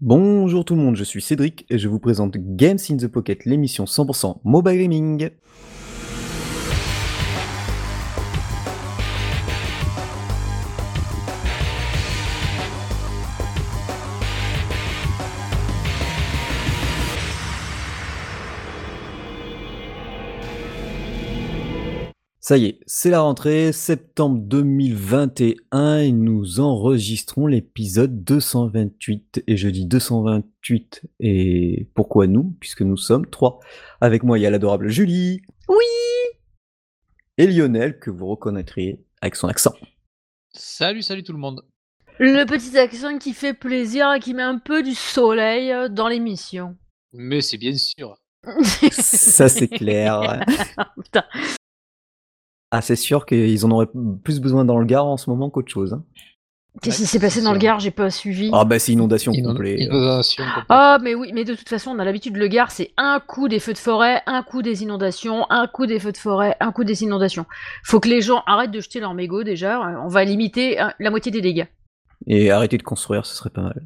Bonjour tout le monde, je suis Cédric et je vous présente Games in the Pocket, l'émission 100% mobile gaming. Ça y est, c'est la rentrée, septembre 2021 et nous enregistrons l'épisode 228. Et je dis 228 et pourquoi nous? Puisque nous sommes 3. Avec moi il y a l'adorable Julie. Oui. Et Lionel que vous reconnaîtriez avec son accent. Salut tout le monde. Le petit accent qui fait plaisir et qui met un peu du soleil dans l'émission. Mais c'est bien sûr. Ça c'est clair. Putain. Ah, c'est sûr qu'ils en auraient plus besoin dans le Gard en ce moment qu'autre chose. Hein. Qu'est-ce qui s'est passé dans le Gard? J'ai pas suivi. Ah bah c'est inondation complète. Inondation complète. Ah mais oui, mais de toute façon on a l'habitude, le Gard c'est un coup des feux de forêt, un coup des inondations, un coup des feux de forêt, un coup des inondations. Faut que les gens arrêtent de jeter leurs mégots déjà, on va limiter la moitié des dégâts. Et arrêter de construire, ce serait pas mal.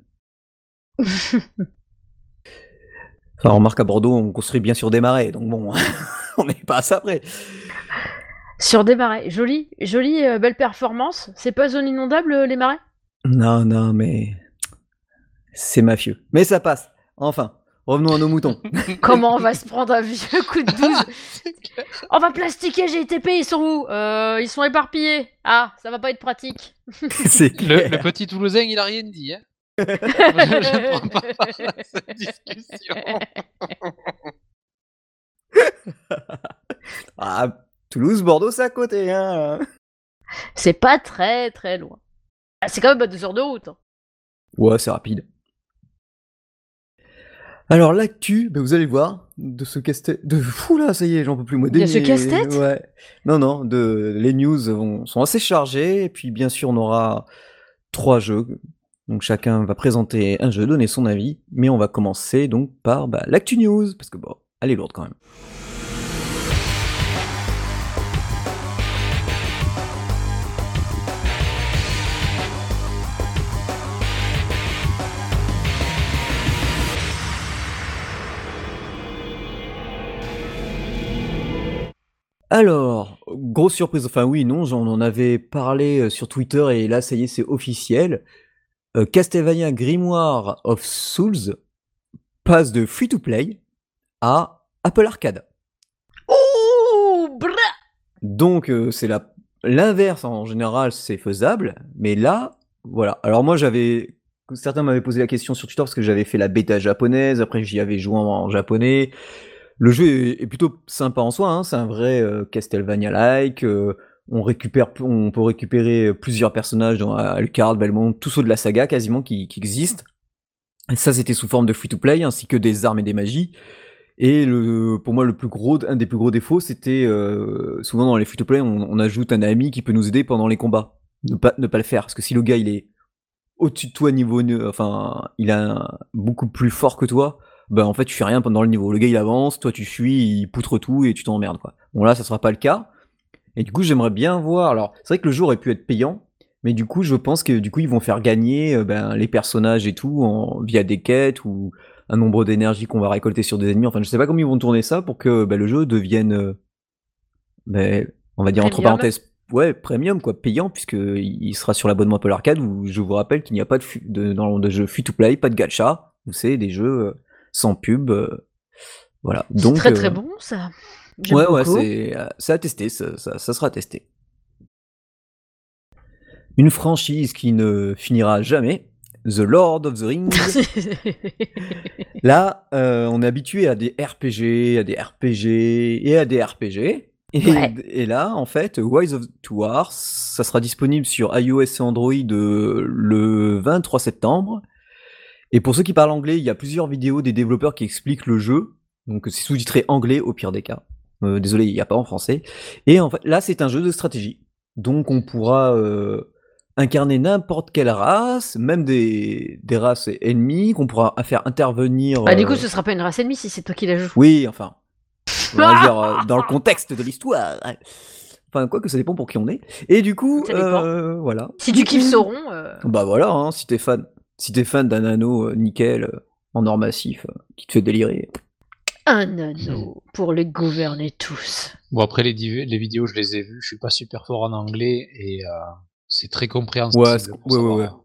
Enfin, remarque à Bordeaux, on construit bien sur des marais, donc bon, on n'est pas à ça près. Sur des marais, jolie belle performance. C'est pas zone inondable les marais? Non, mais c'est mafieux. Mais ça passe. Enfin, revenons à nos moutons. Comment on va se prendre un vieux coup de 12? On va plastiquer GTP, ils sont où? Ils sont éparpillés. Ah, ça va pas être pratique. C'est clair. Le petit Toulousain, il a rien dit. Hein. Je ne prends pas part à cette discussion. Ah, Toulouse, Bordeaux, c'est à côté, hein. C'est pas très très loin. Ah, c'est quand même à 2 heures de route. Hein. Ouais, c'est rapide. Alors l'actu, bah, vous allez voir, de ce casse-tête... Fou là, ça y est, j'en peux plus. Moi, Il y a ce casse-tête ? Ouais. Non, les news sont assez chargées, et puis bien sûr on aura 3 jeux. Donc chacun va présenter un jeu, donner son avis, mais on va commencer donc par l'actu news, parce que bon, elle est lourde quand même. Alors, grosse surprise, enfin oui, non, j'en en avais parlé sur Twitter et là, ça y est, c'est officiel. Castlevania Grimoire of Souls passe de free-to-play à Apple Arcade. Ouh, bra. Donc, c'est l'inverse, en général, c'est faisable, mais là, voilà. Alors moi, certains m'avaient posé la question sur Twitter parce que j'avais fait la bêta japonaise, après j'y avais joué en japonais. Le jeu est plutôt sympa en soi, hein, c'est un vrai Castlevania-like. On peut récupérer plusieurs personnages dans Alucard, Belmont, tous ceux de la saga quasiment qui existent. Et ça, c'était sous forme de free-to-play, ainsi que des armes et des magies. Et pour moi, un des plus gros défauts, c'était souvent dans les free-to-play, on ajoute un ami qui peut nous aider pendant les combats. Ne pas le faire, parce que si le gars il est au-dessus de toi il est beaucoup plus fort que toi, en fait tu fais rien pendant le niveau. Le gars il avance, toi tu suis, il poutre tout et tu t'emmerdes quoi. Bon là ça sera pas le cas. Et du coup j'aimerais bien voir. Alors c'est vrai que le jeu aurait pu être payant, mais du coup je pense que du coup ils vont faire gagner les personnages et tout via des quêtes ou un nombre d'énergie qu'on va récolter sur des ennemis. Enfin je sais pas comment ils vont tourner ça pour que le jeu devienne, on va dire Premium. entre parenthèses. Ouais, premium quoi, payant, puisqu'il sera sur l'abonnement Apple Arcade, où je vous rappelle qu'il n'y a pas de jeux free-to-play, pas de gacha, où c'est des jeux sans pub, voilà. C'est Donc, très bon ça. J'aime ouais, beaucoup. c'est à tester, ça sera testé. Une franchise qui ne finira jamais, The Lord of the Rings. Là, on est habitué à des RPG, et à des RPG. Et là, en fait, Rise of Two Wars, ça sera disponible sur iOS et Android le 23 septembre. Et pour ceux qui parlent anglais, il y a plusieurs vidéos des développeurs qui expliquent le jeu. Donc c'est sous-titré anglais au pire des cas. Désolé, il n'y a pas en français. Et en fait, là, c'est un jeu de stratégie. Donc on pourra incarner n'importe quelle race, même des races ennemies, qu'on pourra faire intervenir... Bah du coup, ce sera pas une race ennemie si c'est toi qui la joues. Oui, enfin... On va dire dans le contexte de l'histoire. Enfin, quoi que ça dépend pour qui on est. Et du coup, voilà. Si tu kiffes Sauron... Bah voilà, hein, si t'es fan. Si t'es fan d'un anneau nickel en or massif qui te fait délirer. Un anneau pour les gouverner tous. Bon, après, les vidéos, je les ai vues. Je suis pas super fort en anglais et c'est très compréhensible pour savoir. Ouais.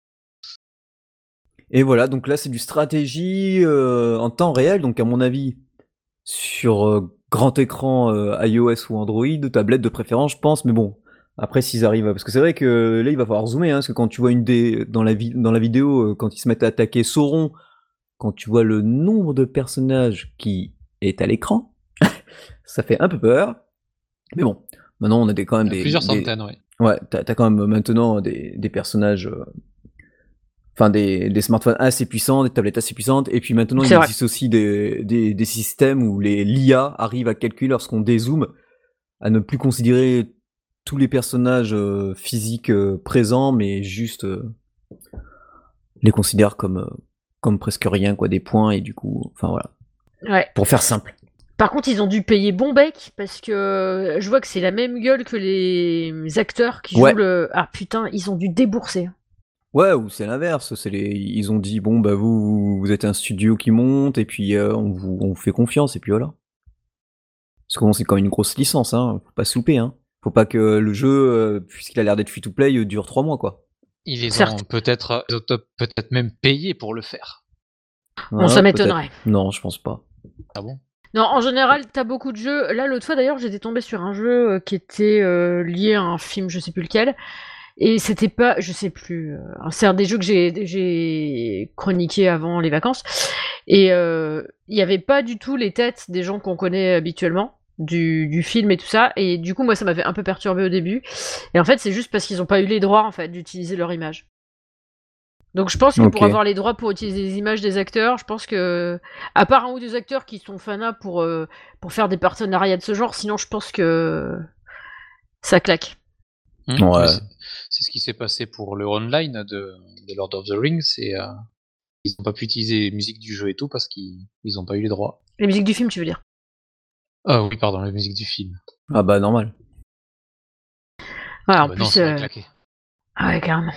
Et voilà, donc là c'est du stratégie en temps réel, donc à mon avis sur grand écran iOS ou Android, tablette de préférence, je pense, mais bon, après s'ils arrivent, parce que c'est vrai que là il va falloir zoomer, hein, parce que quand tu vois dans la vidéo, quand ils se mettent à attaquer Sauron, quand tu vois le nombre de personnages qui est à l'écran, ça fait un peu peur, mais bon, maintenant on a quand même plusieurs centaines, oui. Ouais, t'as quand même maintenant des personnages... Enfin, des smartphones assez puissants, des tablettes assez puissantes, et puis maintenant il existe aussi des systèmes où l'IA arrive à calculer lorsqu'on dézoome, à ne plus considérer tous les personnages physiques présents, mais juste les considère comme presque rien, quoi, des points, et du coup, enfin voilà. Ouais. Pour faire simple. Par contre, ils ont dû payer bon bec, parce que je vois que c'est la même gueule que les acteurs qui jouent le... Ah putain, ils ont dû débourser. Ouais, ou c'est l'inverse, ils ont dit bon bah vous êtes un studio qui monte et puis on vous fait confiance et puis voilà. Parce que bon, c'est quand même une grosse licence, hein, faut pas se louper, hein. Faut pas que le jeu, puisqu'il a l'air d'être free to play, dure 3 mois quoi. Ils les ont peut-être même payé pour le faire. Bon, ça m'étonnerait. Non, je pense pas. Ah bon? Non, en général, t'as beaucoup de jeux. Là, l'autre fois d'ailleurs, j'étais tombée sur un jeu qui était lié à un film, je sais plus lequel. Et c'était pas, je sais plus, c'est un des jeux que j'ai chroniqué avant les vacances. Et il y avait pas du tout les têtes des gens qu'on connaît habituellement, du film et tout ça. Et du coup, moi, ça m'avait un peu perturbé au début. Et en fait, c'est juste parce qu'ils ont pas eu les droits, en fait, d'utiliser leur image. Donc je pense que pour avoir les droits pour utiliser les images des acteurs, je pense que, à part un ou deux acteurs qui sont fanas pour faire des partenariats de ce genre, sinon je pense que ça claque. Ouais. C'est ce qui s'est passé pour le online de Lord of the Rings. Ils n'ont pas pu utiliser les musiques du jeu et tout parce qu'ils n'ont pas eu les droits. Les musiques du film, tu veux dire? Ah oui, pardon, les musiques du film. Ah bah normal. Ouais, en plus, non, ça va claquer. Ah ouais, carrément.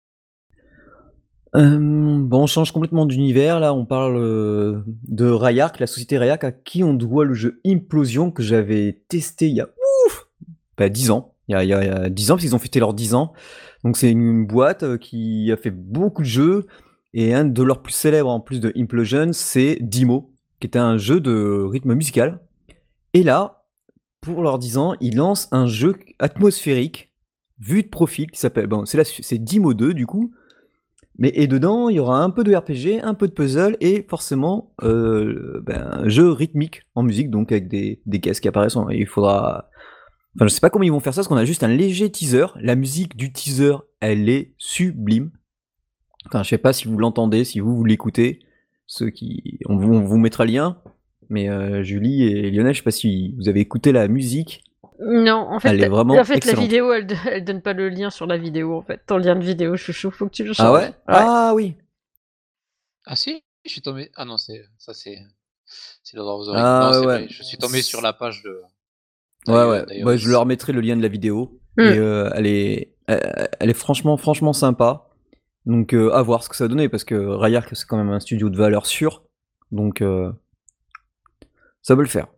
Bon, on change complètement d'univers, là, on parle de Rayark, la société Rayark, à qui on doit le jeu Implosion, que j'avais testé il y a 10 ans. Il y a 10 ans, parce qu'ils ont fêté leurs 10 ans. Donc c'est une boîte qui a fait beaucoup de jeux, et un de leurs plus célèbres, en plus de Implosion, c'est Dimo, qui était un jeu de rythme musical. Et là, pour leurs 10 ans, ils lancent un jeu atmosphérique, vue de profil, qui s'appelle... Bon, c'est Dimo 2, du coup. Et dedans, il y aura un peu de RPG, un peu de puzzle et forcément un jeu rythmique en musique, donc avec des caisses qui apparaissent. Il faudra. Enfin, je sais pas comment ils vont faire ça, parce qu'on a juste un léger teaser. La musique du teaser, elle est sublime. Enfin, je sais pas si vous l'entendez, si vous l'écoutez. On vous mettra le lien. Mais Julie et Lionel, je sais pas si vous avez écouté la musique. Non, en fait, elle est vraiment excellente. la vidéo, elle donne pas le lien sur la vidéo, en fait. Ton lien de vidéo, chouchou, faut que tu le changes. Ah ouais, ah oui. Ah si, je suis tombé... Ah non, c'est Lord of the Rings. Ah, non, c'est ouais. vrai, je suis tombé sur la page de... Ouais, je leur mettrai le lien de la vidéo. Et elle est franchement sympa. Donc à voir ce que ça va donner, parce que Rayark, c'est quand même un studio de valeur sûre. Donc ça peut le faire.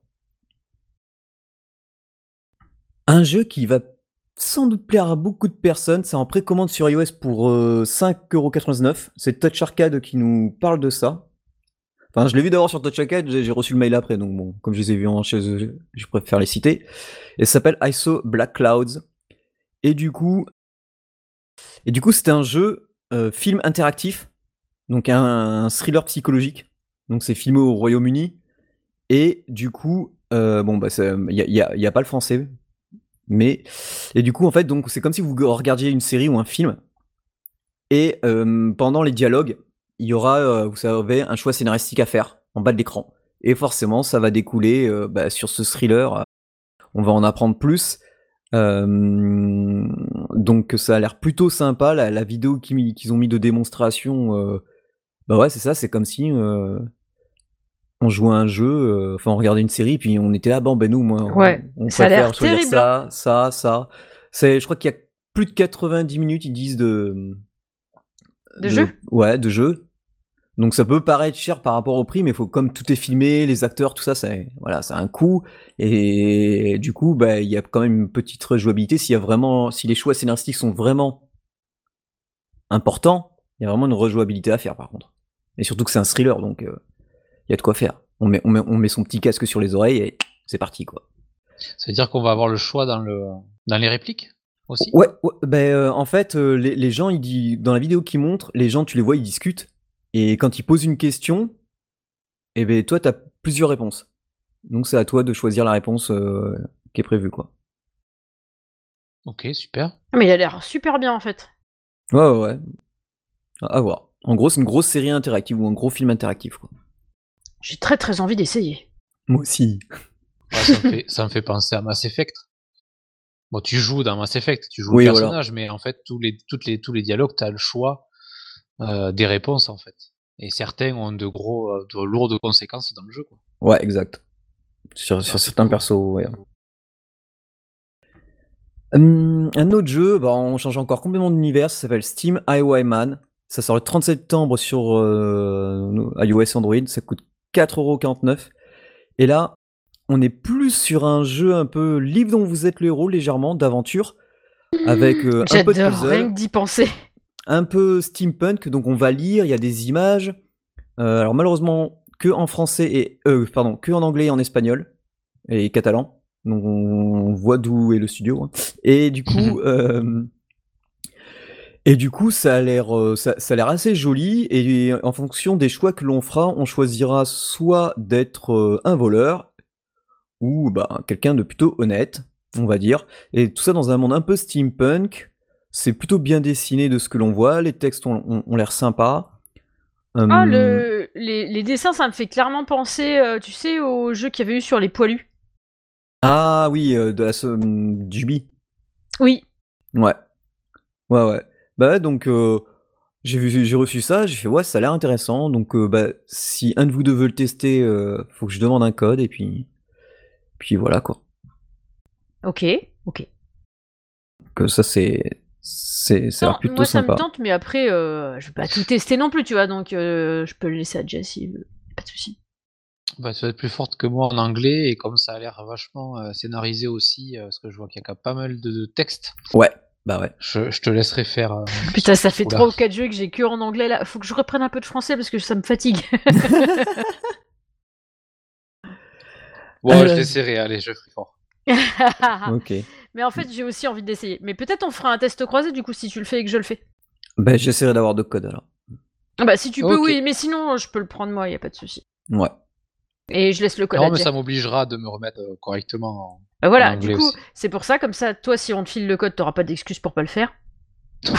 Un jeu qui va sans doute plaire à beaucoup de personnes, c'est en précommande sur iOS pour 5,99€. C'est Touch Arcade qui nous parle de ça. Enfin, je l'ai vu d'abord sur Touch Arcade, j'ai reçu le mail après, donc bon, comme je les ai vus chez eux, je préfère les citer. Et ça s'appelle ISO Black Clouds. Et du coup, c'est un jeu film interactif, donc un thriller psychologique. Donc c'est filmé au Royaume-Uni. Et du coup, il y a pas le français. Et du coup, en fait, donc c'est comme si vous regardiez une série ou un film. Et pendant les dialogues, il y aura, vous savez, un choix scénaristique à faire en bas de l'écran. Et forcément, ça va découler sur ce thriller. On va en apprendre plus. Donc ça a l'air plutôt sympa. La vidéo qu'ils ont mis de démonstration, ouais, c'est ça. C'est comme si on jouait à un jeu, on regardait une série, puis on était là, on ça a l'air choisir terrible, ça. Je crois qu'il y a plus de 90 minutes, ils disent De jeu. Ouais, de jeu. Donc ça peut paraître cher par rapport au prix, mais comme tout est filmé, les acteurs, tout ça, ça a un coût. Et du coup, bah, il y a quand même une petite rejouabilité. Si les choix scénaristiques sont vraiment importants, il y a vraiment une rejouabilité à faire par contre. Et surtout que c'est un thriller, donc il y a de quoi faire. On met son petit casque sur les oreilles et c'est parti, quoi. Ça veut dire qu'on va avoir le choix dans les répliques aussi? Ouais, en fait, les gens, dans la vidéo qu'ils montrent, les gens, tu les vois, ils discutent. Et quand ils posent une question, et ben toi, t'as plusieurs réponses. Donc c'est à toi de choisir la réponse qui est prévue, quoi. Ok, super. Mais il a l'air super bien en fait. Ouais. À voir. En gros, c'est une grosse série interactive ou un gros film interactif, quoi. J'ai très très envie d'essayer. Moi aussi. Ouais, ça me fait penser à Mass Effect. Bon, tu joues dans Mass Effect, tu joues Oui, le voilà. personnage, mais en fait, tous les dialogues, t'as le choix des réponses, en fait. Et certains ont de lourdes conséquences dans le jeu, quoi. Ouais, exact. Sur C'est certains cool. persos, ouais. Un autre jeu, on change encore complètement d'univers, ça s'appelle Steam Highwayman. Ça sort le 30 septembre sur iOS Android, ça coûte 4,49€. Et là, on est plus sur un jeu un peu livre dont vous êtes le héros, légèrement, d'aventure, avec un peu de J'adore rien puzzle, que d'y penser. un peu steampunk, donc on va lire, il y a des images. Alors malheureusement, que en français que en anglais et en espagnol et catalan. Donc on voit d'où est le studio, hein. Et du coup, ça a l'air assez joli. Et en fonction des choix que l'on fera, on choisira soit d'être un voleur ou quelqu'un de plutôt honnête, on va dire. Et tout ça dans un monde un peu steampunk. C'est plutôt bien dessiné de ce que l'on voit. Les textes ont l'air sympas. Ah, Hum, les dessins, ça me fait clairement penser, tu sais, au jeu qu'il y avait eu sur les poilus. Ah oui, Dubi. Oui. Ouais. Ouais. Bah ouais, donc j'ai reçu ça, j'ai fait ouais, ça a l'air intéressant. Donc si un de vous deux veut le tester, faut que je demande un code et puis voilà quoi. Ok. Que ça ça a Non, l'air plutôt moi ça me sympa. tente, mais après, je vais pas tout tester non plus, tu vois, donc je peux le laisser à Jessie, pas de soucis. Bah, tu vas être plus forte que moi en anglais, et comme ça a l'air vachement scénarisé aussi, parce que je vois qu'il y a quand même pas mal de textes, Ouais, bah ouais. je te laisserai faire. Putain, ça fait Oula. 3 ou 4 jeux que j'ai que en anglais là. Faut que je reprenne un peu de français parce que ça me fatigue. Bon, je l'essaierai, allez, je ferai fort. Ok. Mais en fait, j'ai aussi envie d'essayer. Mais peut-être on fera un test croisé du coup si tu le fais et que je le fais. Bah j'essaierai d'avoir deux codes alors. Ah bah si tu peux, Ok. oui, mais sinon je peux le prendre moi, y a pas de souci. Ouais. Et je laisse le code Non, à mais Jay. ça m'obligera de me remettre correctement Bah en voilà, du anglais coup, aussi. c'est pour ça, comme ça, toi, si on te file le code, t'auras pas d'excuse pour pas le faire. Moi,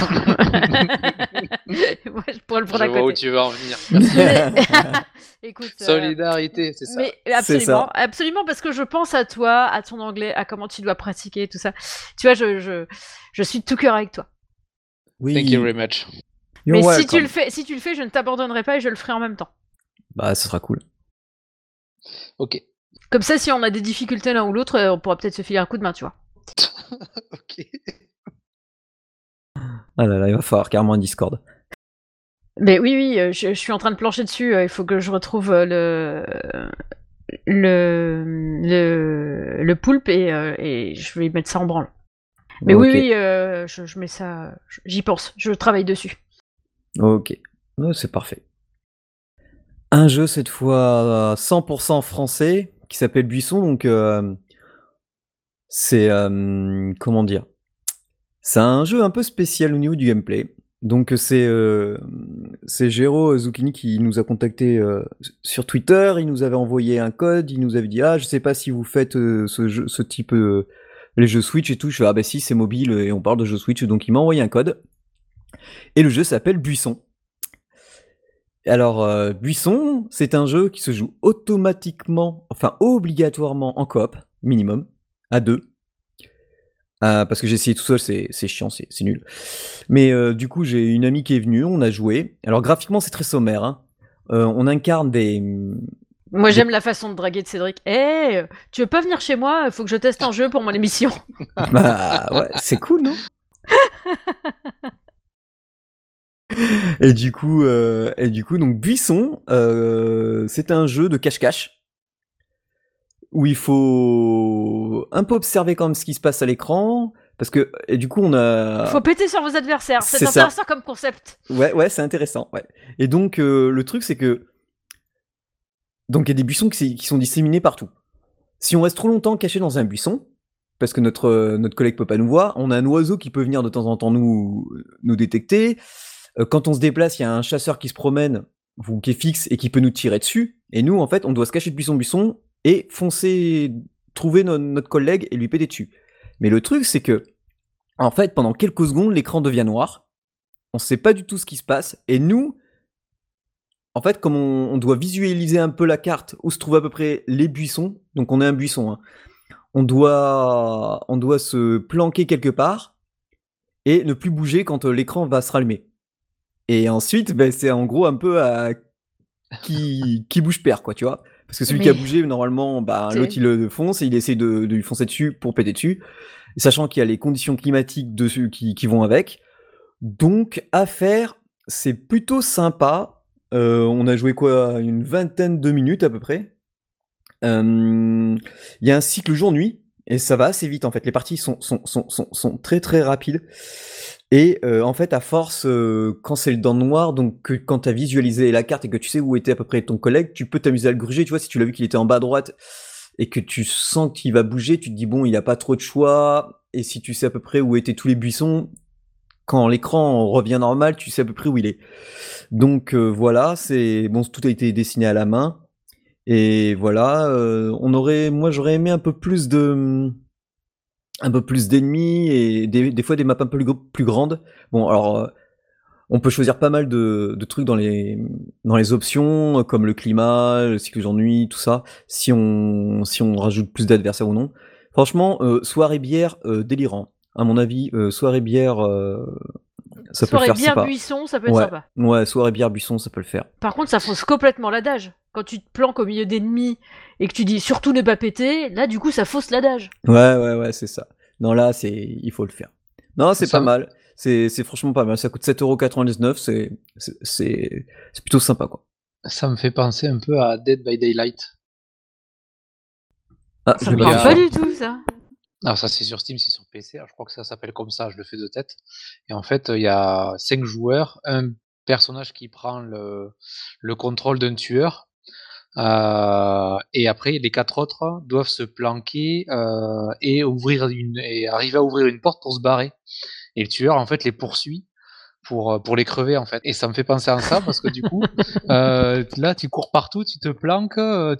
je pourrais le prendre Je à vois où côté. tu veux en venir. Écoute, Solidarité, c'est ça. mais C'est absolument, ça. absolument, parce que je pense à toi, à ton anglais, à comment tu dois pratiquer, tout ça. Tu vois, je suis de tout cœur avec toi. Thank you Oui. very much. You're Mais welcome. si tu le fais, je ne t'abandonnerai pas et je le ferai en même temps. Bah ça sera cool. Ok. Comme ça, si on a des difficultés l'un ou l'autre, on pourra peut-être se filer un coup de main, tu vois. Ok. Ah là là, il va falloir carrément un Discord. Mais oui, je suis en train de plancher dessus. Il faut que je retrouve le poulpe et je vais mettre ça en branle. Mais Ok. oui, je mets ça. J'y pense. Je travaille dessus. Ok. C'est parfait. Un jeu cette fois 100% français qui s'appelle Buisson, donc c'est comment dire? C'est un jeu un peu spécial au niveau du gameplay. Donc c'est Géraud Zucchini qui nous a contacté sur Twitter. Il nous avait envoyé un code. Il nous avait dit ah je sais pas si vous faites ce type les jeux Switch et tout. Je fais ah bah si c'est mobile et on parle de jeux Switch. Donc il m'a envoyé un code et le jeu s'appelle Buisson. Alors, Buisson, c'est un jeu qui se joue automatiquement, enfin obligatoirement en coop, minimum, à deux. Parce que j'ai essayé tout seul, c'est chiant, c'est nul. Mais du coup, j'ai une amie qui est venue, on a joué. Alors graphiquement, c'est très sommaire, hein. On incarne Moi, des... j'aime la façon de draguer de Cédric. Tu veux pas venir chez moi? Faut que je teste un jeu pour mon émission. Bah ouais, c'est cool, non? Et du coup, donc Buisson, c'est un jeu de cache-cache où il faut un peu observer quand même ce qui se passe à l'écran, parce que et du coup on Faut a, péter sur vos adversaires. C'est c'est ça. intéressant comme concept. Ouais, c'est intéressant. Ouais. Et donc le truc c'est que donc il y a des buissons qui sont disséminés partout. Si on reste trop longtemps caché dans un buisson, parce que notre collègue peut pas nous voir, on a un oiseau qui peut venir de temps en temps nous détecter. Quand on se déplace, il y a un chasseur qui se promène ou qui est fixe et qui peut nous tirer dessus. Et nous, en fait, on doit se cacher de buisson en buisson et foncer, trouver notre collègue et lui péter dessus. Mais le truc, c'est que, en fait, pendant quelques secondes, l'écran devient noir. On sait pas du tout ce qui se passe. Et nous, en fait, comme on doit visualiser un peu la carte où se trouvent à peu près les buissons, donc on est un buisson, hein, on doit se planquer quelque part et ne plus bouger quand l'écran va se rallumer. Et ensuite, ben, c'est en gros un peu à qui bouge perd, quoi, tu vois. Parce que celui qui a Mais bougé, normalement, bah, c'est- l'autre il le fonce et il essaie de lui foncer dessus pour péter dessus, sachant qu'il y a les conditions climatiques dessus qui vont avec. Donc, à faire, c'est plutôt sympa. On a joué quoi, une vingtaine de minutes à peu près. Il y a un cycle jour-nuit et ça va assez vite en fait. Les parties sont très très rapides. Et en fait, à force, quand c'est dans le noir, donc quand tu as visualisé la carte et que tu sais où était à peu près ton collègue, tu peux t'amuser à le gruger. Tu vois, si tu l'as vu qu'il était en bas à droite et que tu sens qu'il va bouger, tu te dis bon, il a pas trop de choix. Et si tu sais à peu près où étaient tous les buissons, quand l'écran revient normal, tu sais à peu près où il est. Donc voilà, c'est bon, tout a été dessiné à la main. Et voilà, moi j'aurais aimé un peu plus d'ennemis et des fois des maps un peu plus grandes. Bon, alors on peut choisir pas mal de trucs dans les options, comme le climat, le cycle jour-nuit, tout ça, si on rajoute plus d'adversaires ou non. Franchement, soirée bière, délirant. À mon avis, soirée bière, ça peut le soirée faire, c'est bière pas. buisson, ça peut être Ouais, sympa. ouais, soirée bière buisson, ça peut le faire. Par contre, ça fausse complètement l'adage. Quand tu te planques au milieu d'ennemis et que tu dis surtout ne pas péter, là du coup ça fausse l'adage. Ouais, c'est ça. Non, là, il faut le faire. Non, c'est pas Ça, mal. C'est franchement pas mal. Ça coûte 7,99 €. C'est plutôt sympa, quoi. ça me fait penser un peu à Dead by Daylight. Ah, je Ça l'ai me Où il y pas fait parle pas a... celui-là. du tout ça. Alors ça c'est sur Steam, c'est sur PC. Alors, je crois que ça s'appelle comme ça, je le fais de tête. Et en fait, il y a 5 joueurs, un personnage qui prend le contrôle d'un tueur. Et après, les 4 autres doivent se planquer et arriver à ouvrir une porte pour se barrer. Et le tueur, en fait, les poursuit pour les crever, en fait. Et ça me fait penser à ça parce que du coup, là, tu cours partout, tu te planques,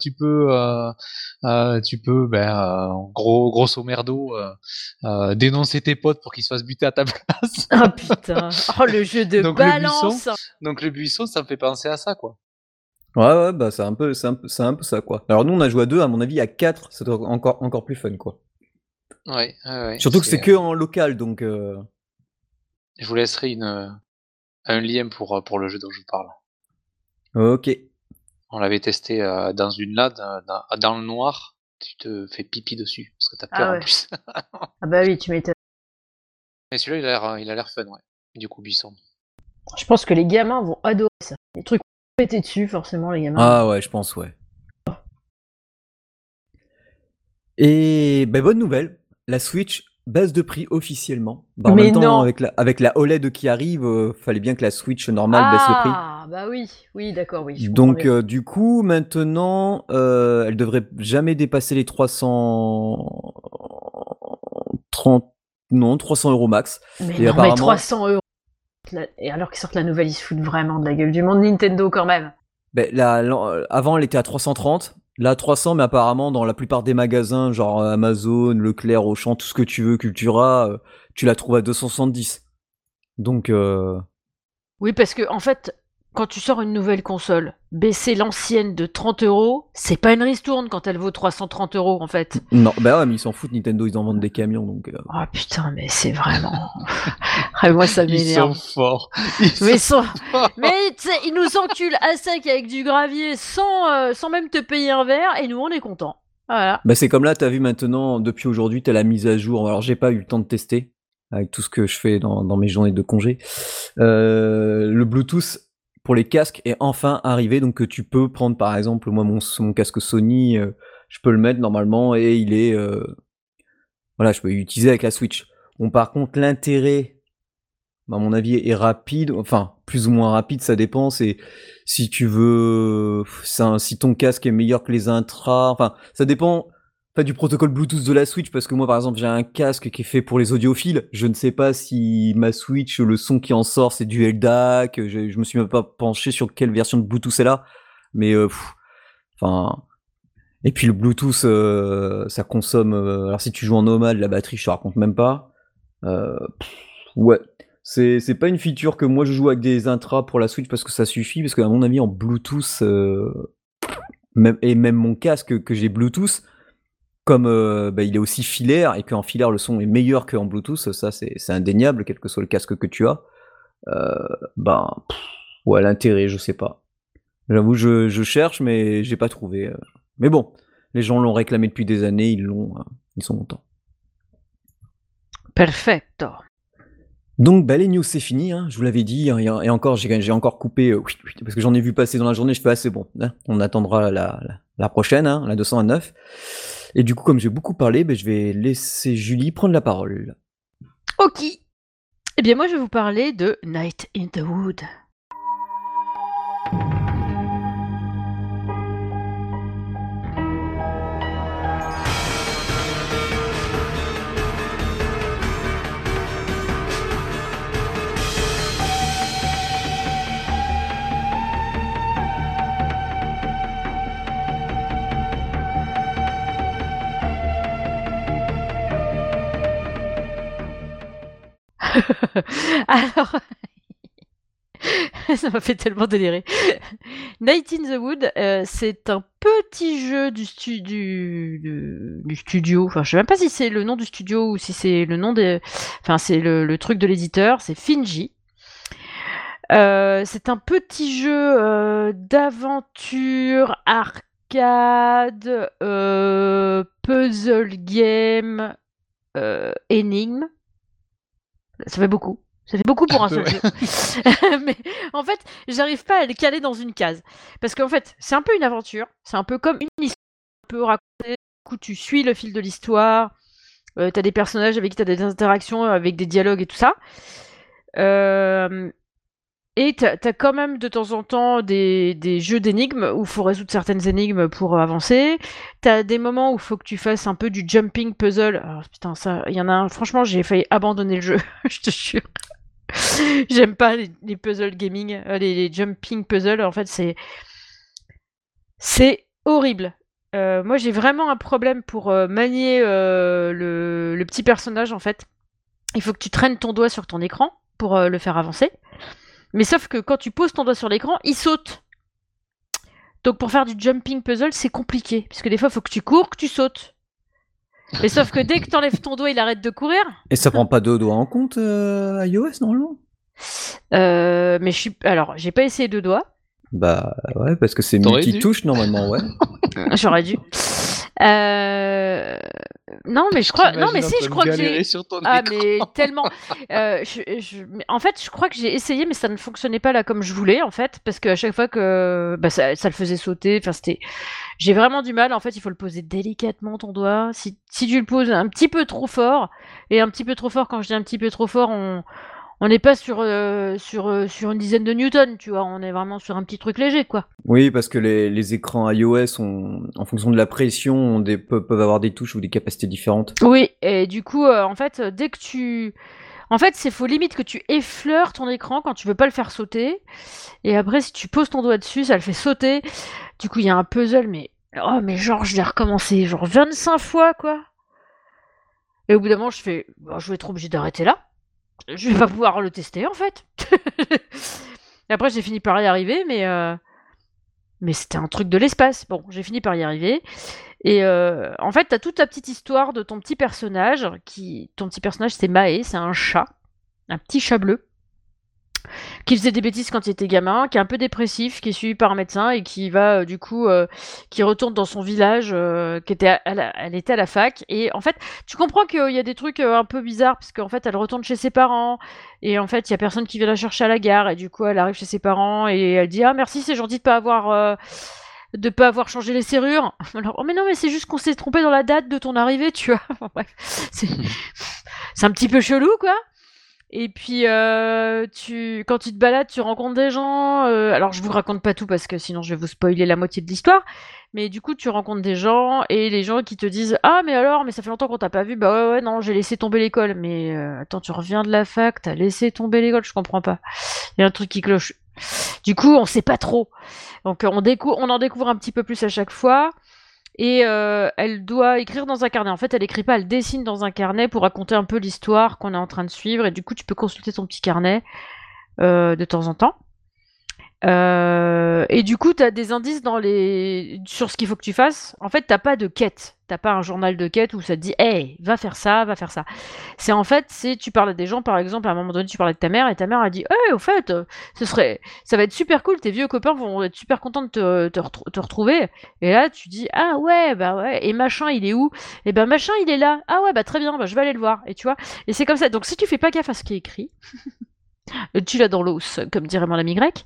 grosso merdo, dénoncer tes potes pour qu'ils se fassent buter à ta place. Ah putain. Oh le jeu de Donc le buisson, balance. ça me fait penser à ça, quoi. Ouais, bah, c'est un peu ça, quoi. Alors, nous, on a joué à 2, à mon avis, à 4, ça doit être encore plus fun, quoi. Ouais, Surtout que c'est que en local, donc. je vous laisserai un lien pour le jeu dont je vous parle. Ok. On l'avait testé dans une LAN, dans le noir, tu te fais pipi dessus, parce que t'as peur Ah en ouais. plus. Ah bah oui, tu m'étonnes. Mais celui-là, il a l'air fun, ouais. Du coup, Buisson. Je pense que les gamins vont adorer ça. Les trucs pétés dessus, forcément, les gamins. Ah ouais, je pense, ouais. Et bah, bonne nouvelle, la Switch baisse de prix officiellement. Bah, en Mais même temps, non. avec la OLED qui arrive, fallait bien que la Switch normale baisse de prix. Ah bah oui, oui, d'accord, oui, je comprends Donc mieux. du coup, maintenant, elle devrait jamais dépasser les 330, non, 300 € max. Mais Et non, mais apparemment, 300 €. Et alors qu'ils sortent la nouvelle, ils se foutent vraiment de la gueule du monde Nintendo quand même. ben, avant, elle était à 330. Là, 300, mais apparemment, dans la plupart des magasins, genre Amazon, Leclerc, Auchan, tout ce que tu veux, Cultura, tu la trouves à 270. Donc, Oui, parce que en fait, quand tu sors une nouvelle console, baisser l'ancienne de 30 €, c'est pas une ristourne quand elle vaut 330 € en fait. non, bah ouais, mais ils s'en foutent, Nintendo, ils en vendent des camions, donc. Oh putain, mais c'est vraiment. Ah, moi ça Ils sont m'énerve. forts. Mais, mais tu sais, ils nous enculent à sec avec du gravier sans même te payer un verre et nous on est contents. Voilà. Bah c'est comme là, t'as vu maintenant, depuis aujourd'hui, t'as la mise à jour. Alors j'ai pas eu le temps de tester. avec tout ce que je fais dans mes journées de congé. Le Bluetooth pour les casques est enfin arrivé, donc que tu peux prendre par exemple, moi mon casque Sony, je peux le mettre normalement et il est, voilà, je peux l'utiliser avec la Switch. Bon, par contre, l'intérêt, à mon avis, est rapide, enfin plus ou moins rapide, ça dépend. C'est si tu veux, si ton casque est meilleur que les intras, enfin ça dépend. Pas du protocole Bluetooth de la Switch, parce que moi par exemple j'ai un casque qui est fait pour les audiophiles, je ne sais pas si ma Switch, le son qui en sort c'est du LDAC, je me suis même pas penché sur quelle version de Bluetooth c'est là, mais enfin, et puis le Bluetooth ça consomme, alors si tu joues en nomade, la batterie je te raconte même pas, euh, ouais, c'est pas une feature que moi je joue avec des intras pour la Switch parce que ça suffit, parce qu'à mon avis en Bluetooth, même mon casque que j'ai Bluetooth, comme il est aussi filaire et qu'en filaire le son est meilleur qu'en Bluetooth, ça c'est indéniable, quel que soit le casque que tu as. Ouais, l'intérêt, je sais pas. J'avoue, je cherche, mais j'ai pas trouvé. Mais bon, les gens l'ont réclamé depuis des années, ils l'ont, ils sont contents. Perfetto. Donc, les news, c'est fini, hein, je vous l'avais dit, hein, et encore, j'ai encore coupé, parce que j'en ai vu passer dans la journée, je fais, c'est bon, hein, on attendra la prochaine, hein, la 229. Et du coup, comme j'ai beaucoup parlé, je vais laisser Julie prendre la parole. Ok. Eh bien, moi, je vais vous parler de Night in the Wood. Alors, ça m'a fait tellement délirer. Night in the Wood, c'est un petit jeu du studio. Enfin, je sais même pas si c'est le nom du studio ou si c'est le nom des. Enfin, c'est le truc de l'éditeur. C'est Finji. C'est un petit jeu d'aventure, arcade, puzzle game, énigme. Ça fait beaucoup. Ça fait beaucoup pour un seul jeu. Mais en fait, j'arrive pas à le caler dans une case. Parce qu'en fait, c'est un peu une aventure. C'est un peu comme une histoire. Un peu raconter. Du coup, tu suis le fil de l'histoire. T'as des personnages avec qui t'as des interactions, avec des dialogues et tout ça. Et t'as quand même de temps en temps des jeux d'énigmes où il faut résoudre certaines énigmes pour avancer. T'as des moments où il faut que tu fasses un peu du jumping puzzle. Alors, putain, ça, il y en a un, franchement, j'ai failli abandonner le jeu, je te jure. J'aime pas les puzzle gaming, les jumping puzzle, en fait, c'est horrible. Moi, j'ai vraiment un problème pour manier le petit personnage, en fait. Il faut que tu traînes ton doigt sur ton écran pour le faire avancer. Mais sauf que quand tu poses ton doigt sur l'écran, il saute. Donc pour faire du jumping puzzle, c'est compliqué. Parce que des fois, il faut que tu cours, que tu sautes. Mais sauf que dès que tu enlèves ton doigt, il arrête de courir. Et ça prend pas deux doigts en compte iOS normalement? Mais alors, j'ai pas essayé deux doigts. Bah ouais, parce que c'est T'aurais dû. multitouche normalement, ouais. J'aurais dû. Non, mais je crois. Non, mais si, je crois que j'ai. Ah, mais tellement. Mais en fait, je crois que j'ai essayé, mais ça ne fonctionnait pas là comme je voulais, en fait, parce qu'à chaque fois que ça le faisait sauter. Enfin, c'était. J'ai vraiment du mal. En fait, il faut le poser délicatement ton doigt. Si tu le poses un petit peu trop fort, et un petit peu trop fort, quand je dis un petit peu trop fort, on n'est pas sur une dizaine de newtons, tu vois. On est vraiment sur un petit truc léger, quoi. Oui, parce que les écrans iOS, en fonction de la pression, peuvent avoir des touches ou des capacités différentes. Oui, et du coup, en fait, dès que tu... En fait, faut limite que tu effleures ton écran quand tu veux pas le faire sauter. Et après, si tu poses ton doigt dessus, ça le fait sauter. Du coup, il y a un puzzle, mais... Oh, mais genre, je l'ai recommencé genre 25 fois, quoi. Et au bout d'un moment, je fais... Bon, je vais être obligée d'arrêter là. Je vais pas pouvoir le tester, en fait. Et après, j'ai fini par y arriver, mais c'était un truc de l'espace. Bon, j'ai fini par y arriver. Et en fait, t'as toute ta petite histoire de ton petit personnage. Ton petit personnage, c'est Mae, c'est un chat. Un petit chat bleu. qui faisait des bêtises quand il était gamin, qui est un peu dépressif, qui est suivi par un médecin et qui va qui retourne dans son village, qui était elle était à la fac. Et en fait, tu comprends qu'il y a des trucs un peu bizarres parce qu'en fait, elle retourne chez ses parents et en fait, il y a personne qui vient la chercher à la gare et du coup, elle arrive chez ses parents et elle dit ah merci, c'est gentil de pas avoir changé les serrures. Alors, oh mais non, mais c'est juste qu'on s'est trompé dans la date de ton arrivée, tu vois. Enfin, bref, c'est un petit peu chelou, quoi. Et puis, quand tu te balades, tu rencontres des gens. Alors, je vous raconte pas tout parce que sinon, je vais vous spoiler la moitié de l'histoire. Mais du coup, tu rencontres des gens et les gens qui te disent ah mais alors, mais ça fait longtemps qu'on t'a pas vu. Bah ouais, non, j'ai laissé tomber l'école. Mais attends, tu reviens de la fac, t'as laissé tomber l'école, je comprends pas. Il y a un truc qui cloche. Du coup, on sait pas trop. Donc, on en découvre un petit peu plus à chaque fois. Et elle doit écrire dans un carnet. En fait, elle écrit pas, elle dessine dans un carnet pour raconter un peu l'histoire qu'on est en train de suivre. Et du coup, tu peux consulter ton petit carnet de temps en temps. Et du coup, tu as des indices sur ce qu'il faut que tu fasses. En fait, t'as pas de quête. T'as pas un journal de quête où ça te dit hey, va faire ça, va faire ça. Tu parles à des gens, par exemple, à un moment donné, tu parlais de ta mère et ta mère a dit hey, au fait, ça va être super cool, tes vieux copains vont être super contents de te retrouver. Et là, tu dis ah ouais, bah ouais, et machin, il est où? Et ben machin, il est là. Ah ouais, bah très bien, bah je vais aller le voir. Et tu vois, et c'est comme ça. Donc si tu fais pas gaffe à ce qui est écrit, tu l'as dans l'os, comme dirait mon ami grec.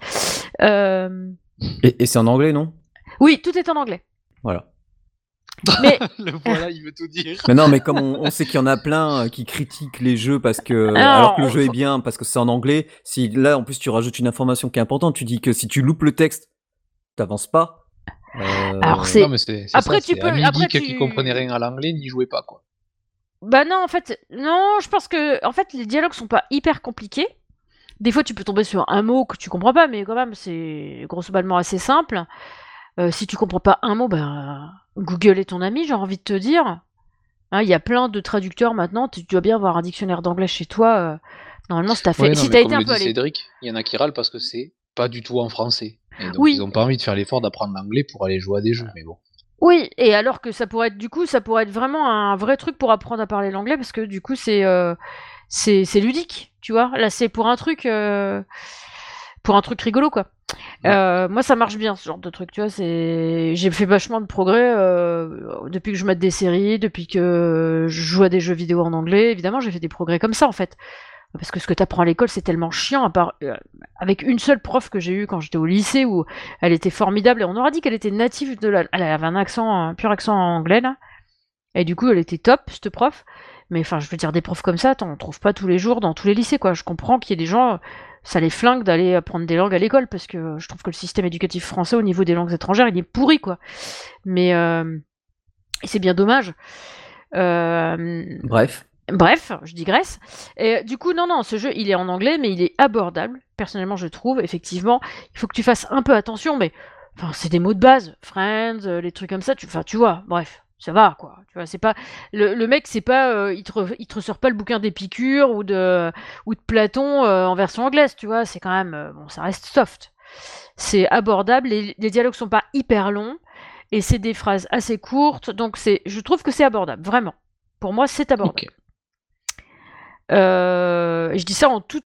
Et c'est en anglais, non? Oui, tout est en anglais. Voilà. Mais Le voilà, il veut tout dire. Mais non, mais comme on sait qu'il y en a plein qui critiquent les jeux parce que, Alors, alors que le jeu est bien, parce que c'est en anglais, si là en plus tu rajoutes une information qui est importante, tu dis que si tu loupes le texte, t'avances pas. alors Non, mais c'est Après, ça, tu c'est peux. amis Après, geeks qui comprenaient rien à l'anglais n'y jouaient pas, quoi. Bah non, en fait, non, je pense que en fait les dialogues sont pas hyper compliqués. Des fois, tu peux tomber sur un mot que tu comprends pas, mais quand même, c'est grosso modo assez simple. Si tu comprends pas un mot, bah Google est ton ami, j'ai envie de te dire. Hein, il y a plein de traducteurs maintenant. Tu dois bien avoir un dictionnaire d'anglais chez toi. Normalement, si t'as fait, Ouais, non, si mais t'as été comme un le peu dit allé. Cédric, il y en a qui râlent parce que c'est pas du tout en français. Et donc, ils Oui, ont pas envie de faire l'effort d'apprendre l'anglais pour aller jouer à des jeux, mais bon. oui, et alors que ça pourrait être vraiment un vrai truc pour apprendre à parler l'anglais parce que du coup c'est ludique, tu vois. Là c'est pour un truc rigolo quoi. Moi ça marche bien ce genre de truc, tu vois. J'ai fait vachement de progrès depuis que je mate des séries, depuis que je joue à des jeux vidéo en anglais. Évidemment j'ai fait des progrès comme ça en fait. Parce que ce que tu apprends à l'école, c'est tellement chiant, à part avec une seule prof que j'ai eue quand j'étais au lycée, où elle était formidable, et on aurait dit qu'elle était native elle avait un pur accent anglais, là, et du coup, elle était top, cette prof, mais enfin, je veux dire, des profs comme ça, t'en trouves pas tous les jours dans tous les lycées, quoi. Je comprends qu'il y ait des gens, ça les flingue d'aller apprendre des langues à l'école, parce que je trouve que le système éducatif français, au niveau des langues étrangères, il est pourri, quoi. Mais, et c'est bien dommage. Bref. Bref, je digresse. Et du coup, non, ce jeu, il est en anglais, mais il est abordable. Personnellement, je trouve, effectivement, il faut que tu fasses un peu attention, mais enfin, c'est des mots de base, Friends, les trucs comme ça. Tu vois, bref, ça va, quoi. Tu vois, c'est pas le mec, c'est pas, il te ressort pas le bouquin d'Épicure ou de Platon en version anglaise, tu vois. C'est quand même, bon, ça reste soft. C'est abordable. Les dialogues sont pas hyper longs et c'est des phrases assez courtes, donc je trouve que c'est abordable, vraiment. Pour moi, c'est abordable. Ok. Je dis ça en toute.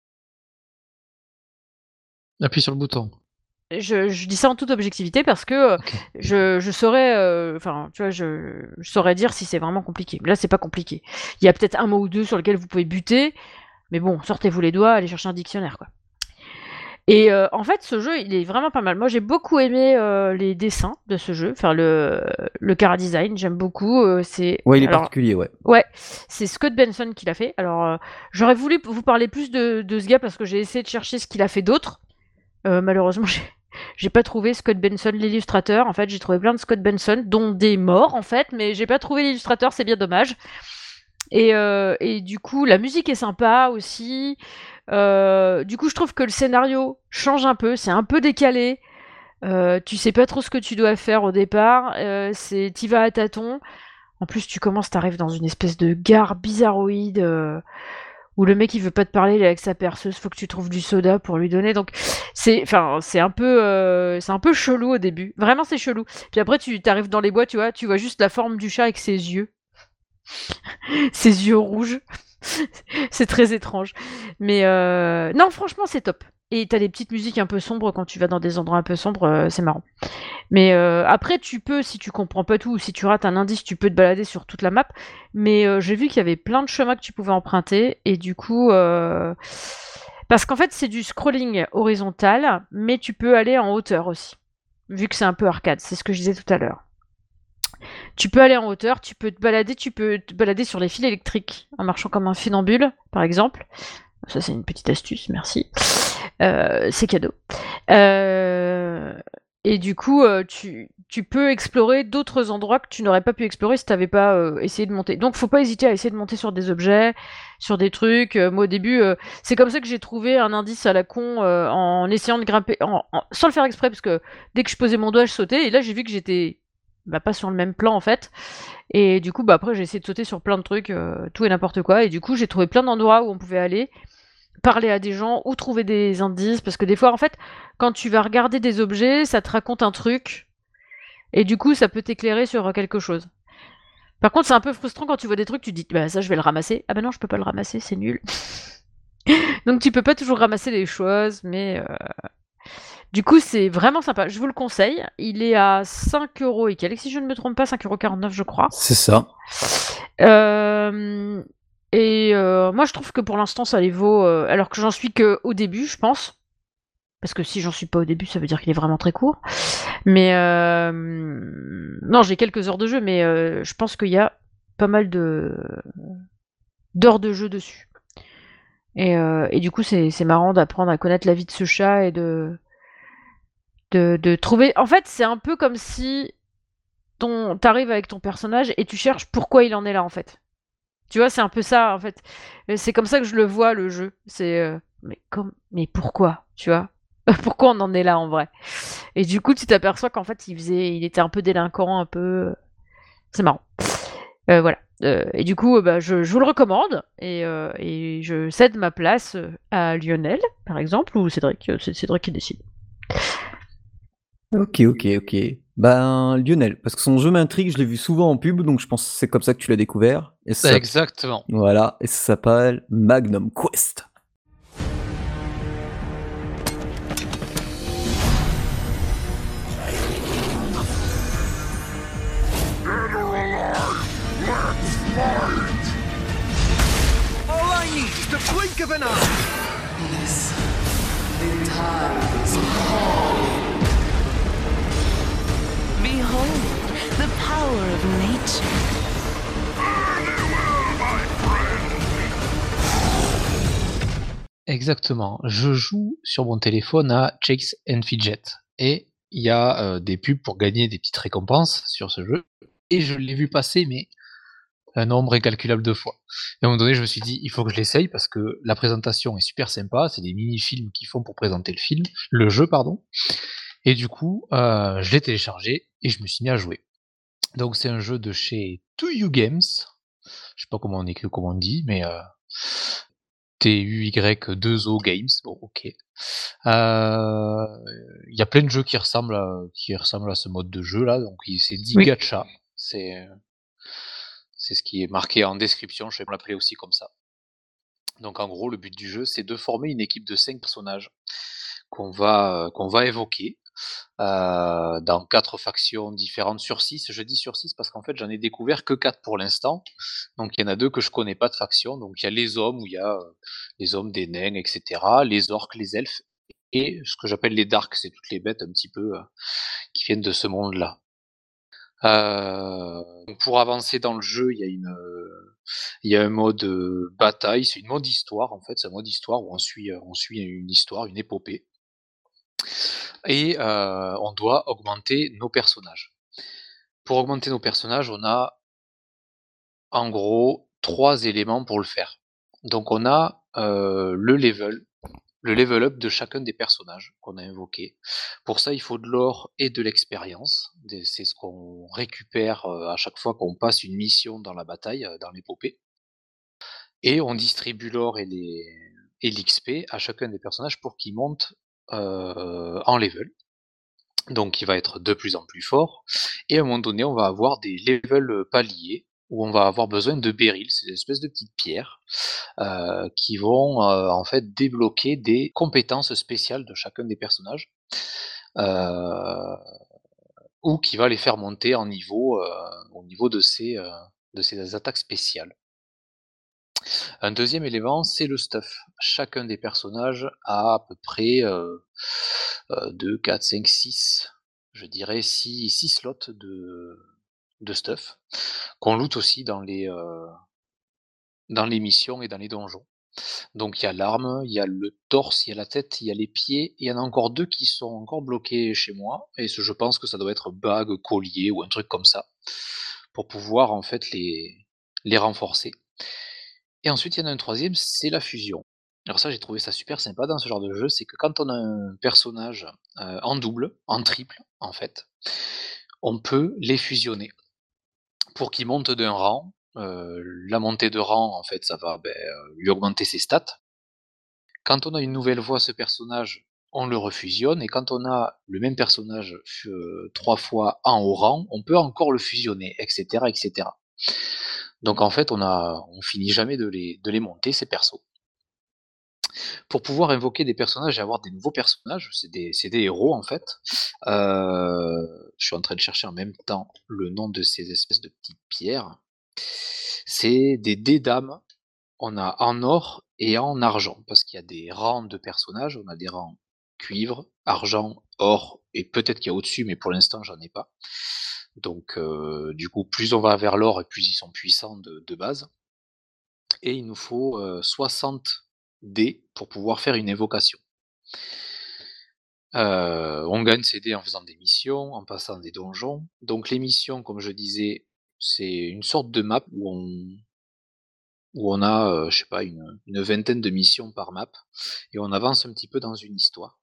Appuie sur le bouton. Je dis ça en toute objectivité parce que Ok. je saurais, enfin, tu vois, je saurais dire si c'est vraiment compliqué. Là, c'est pas compliqué. Il y a peut-être un mot ou deux sur lequel vous pouvez buter, mais bon, sortez-vous les doigts, allez chercher un dictionnaire, quoi. Et en fait, ce jeu, il est vraiment pas mal. Moi, j'ai beaucoup aimé les dessins de ce jeu, enfin le chara design, j'aime beaucoup. Ouais, il est Alors, particulier, ouais. ouais, c'est Scott Benson qui l'a fait. Alors, j'aurais voulu vous parler plus de ce gars parce que j'ai essayé de chercher ce qu'il a fait d'autre. Malheureusement, j'ai pas trouvé Scott Benson, l'illustrateur. En fait, j'ai trouvé plein de Scott Benson, dont des morts, en fait, mais j'ai pas trouvé l'illustrateur, c'est bien dommage. Et du coup, la musique est sympa aussi. Du coup, je trouve que le scénario change un peu, c'est un peu décalé. Tu sais pas trop ce que tu dois faire au départ. T'y vas à tâtons. En plus, t'arrives dans une espèce de gare bizarroïde où le mec il veut pas te parler, il est avec sa perceuse, faut que tu trouves du soda pour lui donner. Donc c'est un peu chelou au début. Vraiment c'est chelou. Puis après tu t'arrives dans les bois, tu vois juste la forme du chat avec ses yeux rouges. C'est très étrange. Mais non, franchement, c'est top. Et t'as des petites musiques un peu sombres quand tu vas dans des endroits un peu sombres, c'est marrant. Mais après, tu peux, si tu comprends pas tout, ou si tu rates un indice, tu peux te balader sur toute la map. Mais j'ai vu qu'il y avait plein de chemins que tu pouvais emprunter. Et du coup, parce qu'en fait, c'est du scrolling horizontal, mais tu peux aller en hauteur aussi. Vu que c'est un peu arcade, c'est ce que je disais tout à l'heure. Tu peux aller en hauteur, tu peux te balader sur les fils électriques en marchant comme un funambule, par exemple. Ça, c'est une petite astuce, merci. C'est cadeau. Et du coup, tu peux explorer d'autres endroits que tu n'aurais pas pu explorer si tu n'avais pas essayé de monter. Donc, faut pas hésiter à essayer de monter sur des objets, sur des trucs. Moi, au début, c'est comme ça que j'ai trouvé un indice à la con en essayant de grimper, sans le faire exprès, parce que dès que je posais mon doigt, je sautais. Et là, j'ai vu que j'étais pas sur le même plan, en fait. Et du coup, après, j'ai essayé de sauter sur plein de trucs, tout et n'importe quoi. Et du coup, j'ai trouvé plein d'endroits où on pouvait aller parler à des gens ou trouver des indices parce que des fois en fait quand tu vas regarder des objets ça te raconte un truc et du coup ça peut t'éclairer sur quelque chose. Par contre c'est un peu frustrant quand tu vois des trucs tu te dis bah ça je vais le ramasser, ah bah non je peux pas le ramasser c'est nul. Donc tu peux pas toujours ramasser les choses mais du coup c'est vraiment sympa, je vous le conseille, il est à 5 € et quelques si je ne me trompe pas, 5,49 € je crois. C'est ça. Euh, moi, je trouve que pour l'instant, ça les vaut. Alors que j'en suis que au début, je pense. Parce que si j'en suis pas au début, ça veut dire qu'il est vraiment très court. Mais non, j'ai quelques heures de jeu, mais je pense qu'il y a pas mal d'heures de jeu dessus. Et du coup, c'est marrant d'apprendre à connaître la vie de ce chat et de trouver. En fait, c'est un peu comme si t'arrives avec ton personnage et tu cherches pourquoi il en est là, en fait. Tu vois, c'est un peu ça, en fait. C'est comme ça que je le vois, le jeu. C'est mais pourquoi, tu vois? Pourquoi on en est là en vrai? Et du coup, tu t'aperçois qu'en fait, il était un peu délinquant, un peu. C'est marrant. Voilà. Et du coup, je vous le recommande et je cède ma place à Lionel, par exemple, ou Cédric. C'est Cédric qui décide. Ok, ok, ok. Ben, Lionel, parce que son jeu m'intrigue, je l'ai vu souvent en pub, donc je pense que c'est comme ça que tu l'as découvert. Et ça, Exactement. voilà, et ça s'appelle Magnum Quest. All I need is the blink of an eye. Listen, the time is calling. Behold the power of nature. Exactement. Je joue sur mon téléphone à Chase and Fidget et il y a des pubs pour gagner des petites récompenses sur ce jeu et je l'ai vu passer mais un nombre incalculable de fois. Et à un moment donné, je me suis dit, il faut que je l'essaye parce que la présentation est super sympa. C'est des mini-films qu'ils font pour présenter le jeu, pardon. Et du coup, je l'ai téléchargé et je me suis mis à jouer. Donc c'est un jeu de chez 2U Games. Je sais pas comment on écrit ou comment on dit, mais TUY2O Games. Bon, ok. Il y a plein de jeux qui ressemblent à ce mode de jeu là. Donc c'est 10 Oui. gacha. C'est ce qui est marqué en description, je vais l'appeler aussi comme ça. Donc en gros, le but du jeu, c'est de former une équipe de 5 personnages qu'on va évoquer dans 4 factions différentes sur 6. Je dis sur 6 parce qu'en fait, j'en ai découvert que 4 pour l'instant. Donc il y en a 2 que je connais pas de faction. Donc il y a les hommes, où il y a les hommes, des nains, etc. Les orques, les elfes, et ce que j'appelle les darks, c'est toutes les bêtes un petit peu qui viennent de ce monde-là. Pour avancer dans le jeu, il y a un mode bataille, c'est une mode histoire en fait, c'est un mode histoire où on suit une histoire, une épopée. Et on doit augmenter nos personnages. Pour augmenter nos personnages, on a en gros 3 éléments pour le faire. Donc on a le level up de chacun des personnages qu'on a invoqués. Pour ça, il faut de l'or et de l'expérience. C'est ce qu'on récupère à chaque fois qu'on passe une mission dans la bataille, dans l'épopée. Et on distribue l'or et l'XP à chacun des personnages pour qu'ils montent en level. Donc il va être de plus en plus fort. Et à un moment donné, on va avoir des levels paliers où on va avoir besoin de beryl, c'est des espèces de petites pierres qui vont en fait débloquer des compétences spéciales de chacun des personnages, euh, ou qui va les faire monter en niveau au niveau de ces attaques spéciales. Un deuxième élément, c'est le stuff. Chacun des personnages a à peu près 2, 4, 5, 6, je dirais 6 slots de stuff, qu'on loot aussi dans les missions et dans les donjons. Donc il y a l'arme, il y a le torse, il y a la tête, il y a les pieds, et il y en a encore 2 qui sont encore bloqués chez moi, et je pense que ça doit être bague, collier ou un truc comme ça, pour pouvoir en fait les renforcer. Et ensuite, il y en a un troisième, c'est la fusion. Alors ça, j'ai trouvé ça super sympa dans ce genre de jeu, c'est que quand on a un personnage en double, en triple, en fait, on peut les fusionner pour qu'ils montent d'un rang. La montée de rang, en fait, ça va lui augmenter ses stats. Quand on a une nouvelle voix, ce personnage, on le refusionne, et quand on a le même personnage 3 fois en haut rang, on peut encore le fusionner, etc., etc. Donc en fait, on finit jamais de les monter, ces persos. Pour pouvoir invoquer des personnages et avoir des nouveaux personnages, c'est des héros en fait. Je suis en train de chercher en même temps le nom de ces espèces de petites pierres. C'est des dés d'âme. On a en or et en argent, parce qu'il y a des rangs de personnages. On a des rangs cuivre, argent, or, et peut-être qu'il y a au-dessus, mais pour l'instant, j'en ai pas. Donc, du coup, plus on va vers l'or, et plus ils sont puissants de base. Et il nous faut 60 dés pour pouvoir faire une évocation. On gagne ces dés en faisant des missions, en passant des donjons. Donc les missions, comme je disais, c'est une sorte de map où on a, je sais pas, une vingtaine de missions par map, et on avance un petit peu dans une histoire.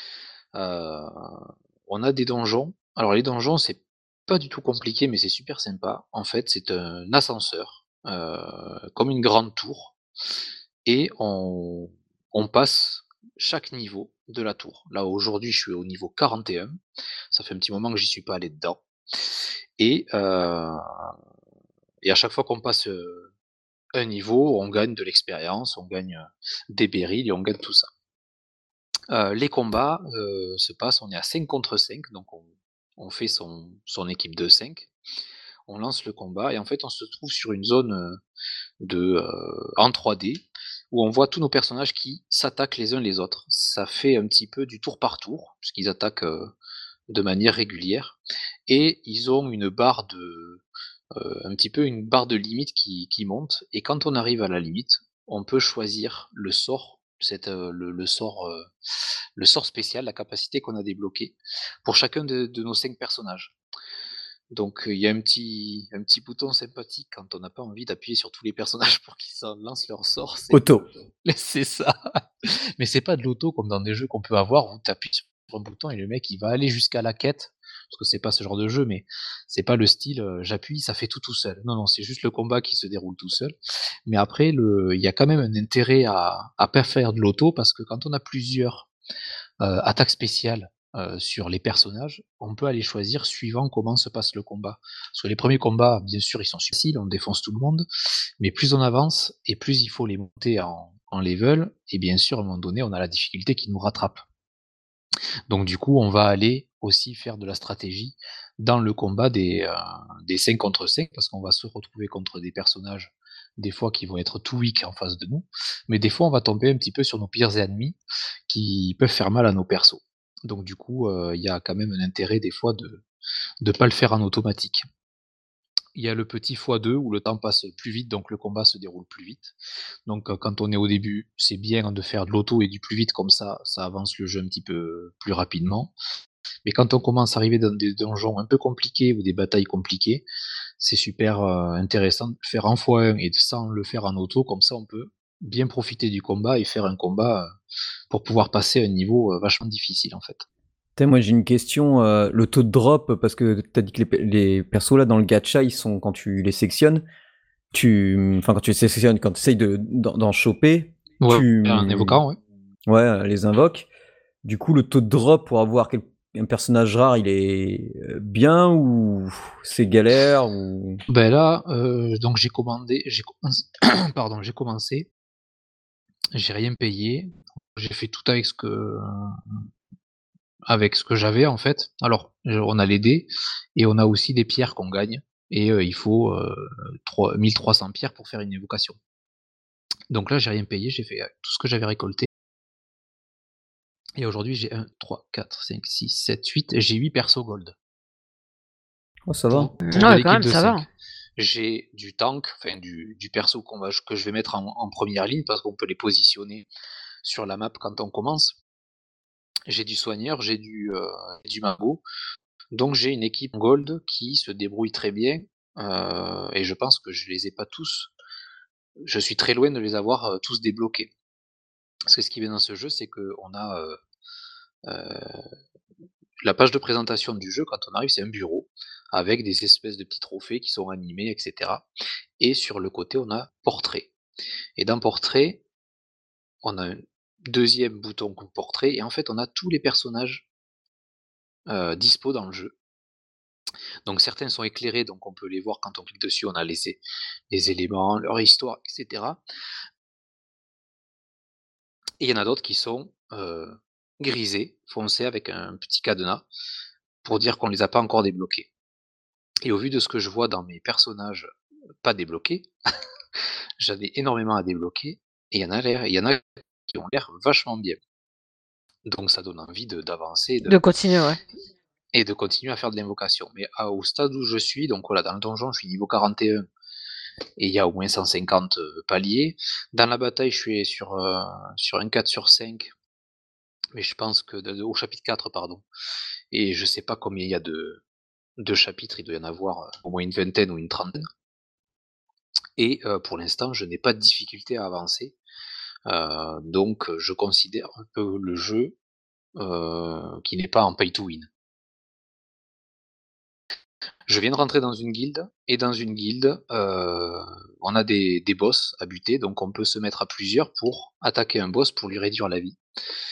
On a des donjons. Alors les donjons, c'est pas du tout compliqué, mais c'est super sympa. En fait, c'est un ascenseur, comme une grande tour, et on passe chaque niveau de la tour. Là, aujourd'hui, je suis au niveau 41. Ça fait un petit moment que j'y suis pas allé dedans. Et à chaque fois qu'on passe un niveau, on gagne de l'expérience, on gagne des beryls et on gagne tout ça. Les combats se passent, on est à 5 contre 5, donc on fait son équipe de 5. On lance le combat et en fait on se trouve sur une zone en 3D où on voit tous nos personnages qui s'attaquent les uns les autres. Ça fait un petit peu du tour par tour, puisqu'ils attaquent de manière régulière, et ils ont une barre un petit peu une barre de limite qui monte, et quand on arrive à la limite, on peut choisir le sort, le sort spécial, la capacité qu'on a débloquée pour chacun de nos 5 personnages. Donc il y a un petit bouton sympathique quand on n'a pas envie d'appuyer sur tous les personnages pour qu'ils lancent leur sort. Auto. C'est ça. Mais c'est pas de l'auto comme dans des jeux qu'on peut avoir où tu appuies sur un bouton et le mec il va aller jusqu'à la quête. Parce que c'est pas ce genre de jeu, mais c'est pas le style j'appuie, ça fait tout seul. Non, c'est juste le combat qui se déroule tout seul. Mais après, il y a quand même un intérêt à pas faire de l'auto, parce que quand on a plusieurs attaques spéciales sur les personnages, on peut aller choisir suivant comment se passe le combat. Parce que les premiers combats, bien sûr, ils sont faciles, on défonce tout le monde, mais plus on avance, et plus il faut les monter en level, et bien sûr, à un moment donné, on a la difficulté qui nous rattrape. Donc du coup, on va aller aussi faire de la stratégie dans le combat des 5 contre 5, parce qu'on va se retrouver contre des personnages, des fois qui vont être tout weak en face de nous, mais des fois on va tomber un petit peu sur nos pires ennemis qui peuvent faire mal à nos persos. Donc du coup, il y a quand même un intérêt des fois de ne pas le faire en automatique. Il y a le petit x2 où le temps passe plus vite, donc le combat se déroule plus vite. Donc quand on est au début, c'est bien de faire de l'auto et du plus vite, comme ça avance le jeu un petit peu plus rapidement. Mais quand on commence à arriver dans des donjons un peu compliqués ou des batailles compliquées, c'est super intéressant de le faire en x1 et sans le faire en auto, comme ça on peut bien profiter du combat et faire un combat pour pouvoir passer à un niveau vachement difficile en fait. Moi j'ai une question, le taux de drop, parce que t'as dit que les persos là dans le gacha, ils sont, quand tu les sectionnes, quand tu les sectionnes, quand tu essayes d'en choper, ouais, un évoquant, ouais. Ouais, les invoques. Du coup, le taux de drop pour avoir un personnage rare, il est bien ou c'est galère ou... Ben là, donc j'ai commencé, pardon, j'ai commencé, j'ai rien payé, j'ai fait tout avec ce que j'avais en fait. Alors, on a les dés et on a aussi des pierres qu'on gagne et il faut 1300 pierres pour faire une évocation. Donc là, j'ai rien payé, j'ai fait tout ce que j'avais récolté. Et aujourd'hui, j'ai 1, 3, 4, 5, 6, 7, 8, j'ai 8 persos gold. Oh, ça va. Pour de Ouais, quand l'équipe même, de ça 5. va. J'ai du tank, enfin du perso que je vais mettre en première ligne parce qu'on peut les positionner sur la map quand on commence. J'ai du soigneur, j'ai du mago. Donc j'ai une équipe gold qui se débrouille très bien. Et je pense que je les ai pas tous. Je suis très loin de les avoir tous débloqués. Parce que ce qui vient dans ce jeu, c'est qu'on a la page de présentation du jeu, quand on arrive, c'est un bureau avec des espèces de petits trophées qui sont animés, etc. Et sur le côté, on a portrait. Et dans portrait, on a un deuxième bouton portrait, et en fait, on a tous les personnages dispo dans le jeu. Donc certains sont éclairés, donc on peut les voir quand on clique dessus, on a les éléments, leur histoire, etc. Et il y en a d'autres qui sont grisés, foncés, avec un petit cadenas, pour dire qu'on les a pas encore débloqués. Et au vu de ce que je vois dans mes personnages pas débloqués, j'en ai énormément à débloquer, et il y en a qui ont l'air vachement bien. Donc ça donne envie d'avancer De continuer, ouais. et de continuer à faire de l'invocation. Mais au stade où je suis, donc voilà, dans le donjon, je suis niveau 41 et il y a au moins 150 paliers. Dans la bataille, je suis sur un 4 sur 5, mais je pense que au chapitre 4, pardon. Et je sais pas combien il y a de chapitres, il doit y en avoir au moins une vingtaine ou une trentaine. Et pour l'instant, je n'ai pas de difficulté à avancer. Donc je considère un peu le jeu qui n'est pas en pay to win. Je viens de rentrer dans une guilde, et dans une guilde, on a des boss à buter, donc on peut se mettre à plusieurs pour attaquer un boss pour lui réduire la vie.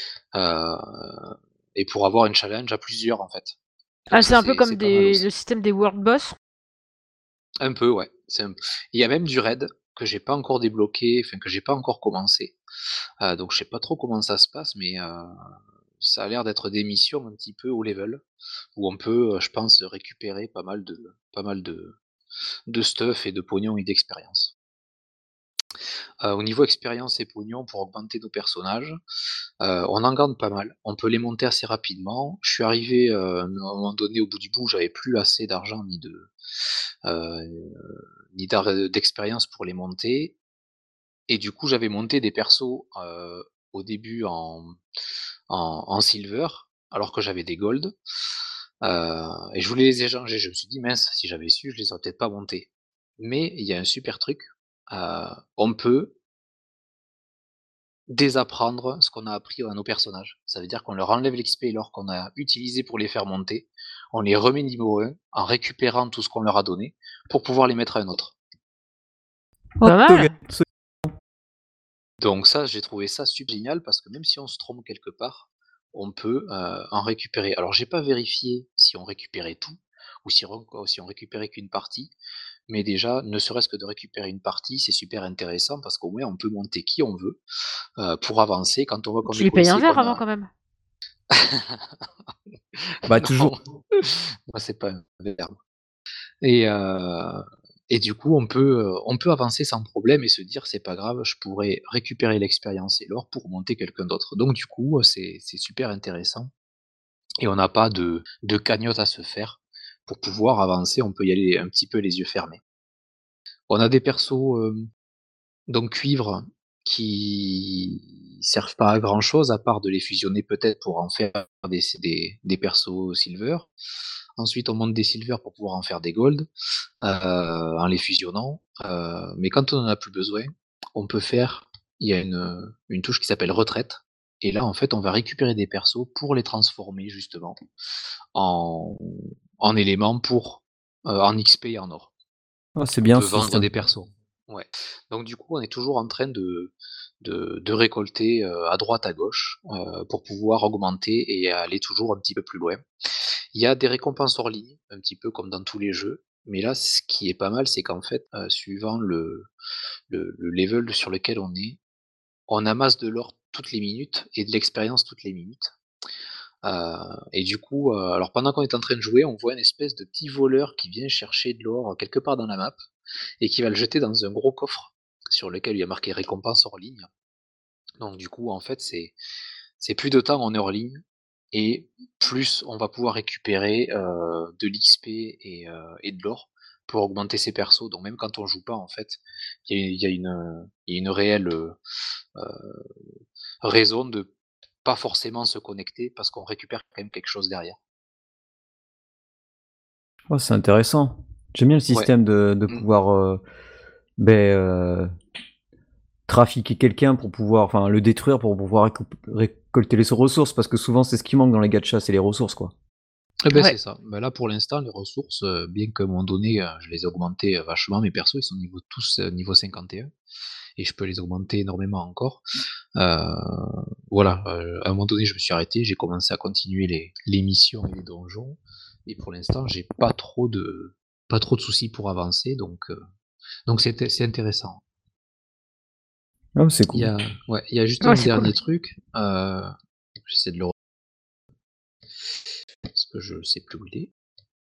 Et pour avoir un challenge à plusieurs en fait. Donc Ah, c'est ça un peu comme c'est pas mal le aussi. système des World Boss. Un peu, ouais. Il y a même du raid que j'ai pas encore débloqué, enfin que j'ai pas encore commencé. Donc je sais pas trop comment ça se passe, mais ça a l'air d'être des missions un petit peu haut level, où on peut, je pense, récupérer pas mal de stuff et de pognon et d'expérience. Au niveau expérience et pognon, pour augmenter nos personnages, on en gagne pas mal. On peut les monter assez rapidement. Je suis arrivé à un moment donné au bout du bout, j'avais plus assez d'argent euh, d'expérience pour les monter. Et du coup, j'avais monté des persos au début en silver, alors que j'avais des gold. Et je voulais les échanger. Je me suis dit, mince, si j'avais su, je les aurais peut-être pas montés. Mais il y a un super truc. On peut désapprendre ce qu'on a appris à nos personnages. Ça veut dire qu'on leur enlève l'XP lore qu'on a utilisé pour les faire monter. On les remet niveau 1 en récupérant tout ce qu'on leur a donné pour pouvoir les mettre à un autre. Pas mal. Donc ça, j'ai trouvé ça super génial parce que même si on se trompe quelque part, on peut en récupérer. Alors j'ai pas vérifié si on récupérait tout ou si on récupérait qu'une partie, mais déjà, ne serait-ce que de récupérer une partie, c'est super intéressant parce qu'au moins on peut monter qui on veut pour avancer quand on voit qu'on Tu est lui payes un coincé, verre qu'on avant a... quand même. Bah, Non, toujours. moi c'est pas un verbe. Et, euh, et du coup, on peut avancer sans problème et se dire c'est pas grave, je pourrais récupérer l'expérience et l'or pour monter quelqu'un d'autre. Donc du coup, c'est super intéressant et on n'a pas de cagnotte à se faire. Pour pouvoir avancer, on peut y aller un petit peu les yeux fermés. On a des persos donc cuivre qui servent pas à grand chose à part de les fusionner peut-être pour en faire des persos silver. Ensuite, on monte des silver pour pouvoir en faire des gold en les fusionnant. Mais quand on en a plus besoin, on peut faire. Il y a une touche qui s'appelle retraite. Et là, en fait, on va récupérer des persos pour les transformer justement en, en éléments pour en XP et en or. Oh, c'est On bien peut ce vendre système. des persos. Ouais. Donc du coup, on est toujours en train de récolter à droite, à gauche, pour pouvoir augmenter et aller toujours un petit peu plus loin. Il y a des récompenses hors ligne, un petit peu comme dans tous les jeux, mais là, ce qui est pas mal, c'est qu'en fait, suivant le level sur lequel on amasse de l'or toutes les minutes et de l'expérience toutes les minutes. Et du coup, alors pendant qu'on est en train de jouer, on voit une espèce de petit voleur qui vient chercher de l'or quelque part dans la map et qui va le jeter dans un gros coffre sur lequel il y a marqué récompense hors ligne. Donc du coup, en fait, c'est plus de temps on est hors ligne et plus on va pouvoir récupérer de l'XP et de l'or pour augmenter ses persos. Donc même quand on joue pas, en fait, il y a une réelle raison de pas forcément se connecter parce qu'on récupère quand même quelque chose derrière. Oh, c'est intéressant. J'aime bien le Ouais. système de pouvoir trafiquer quelqu'un pour pouvoir, enfin le détruire pour pouvoir récolter les ressources, parce que souvent c'est ce qui manque dans les gachas, c'est les ressources quoi. Eh ben Ouais. c'est ça. Ben là pour l'instant les ressources, bien qu'à un moment donné je les ai augmentées vachement, mes persos ils sont tous niveau 51 et je peux les augmenter énormément encore. Voilà, à un moment donné je me suis arrêté, j'ai commencé à continuer les missions et les donjons et pour l'instant j'ai pas trop de soucis pour avancer donc c'est intéressant. Ah, c'est Il y cool. a juste Ouais, un c'est dernier cool. truc, j'essaie de le parce que je sais plus où il est.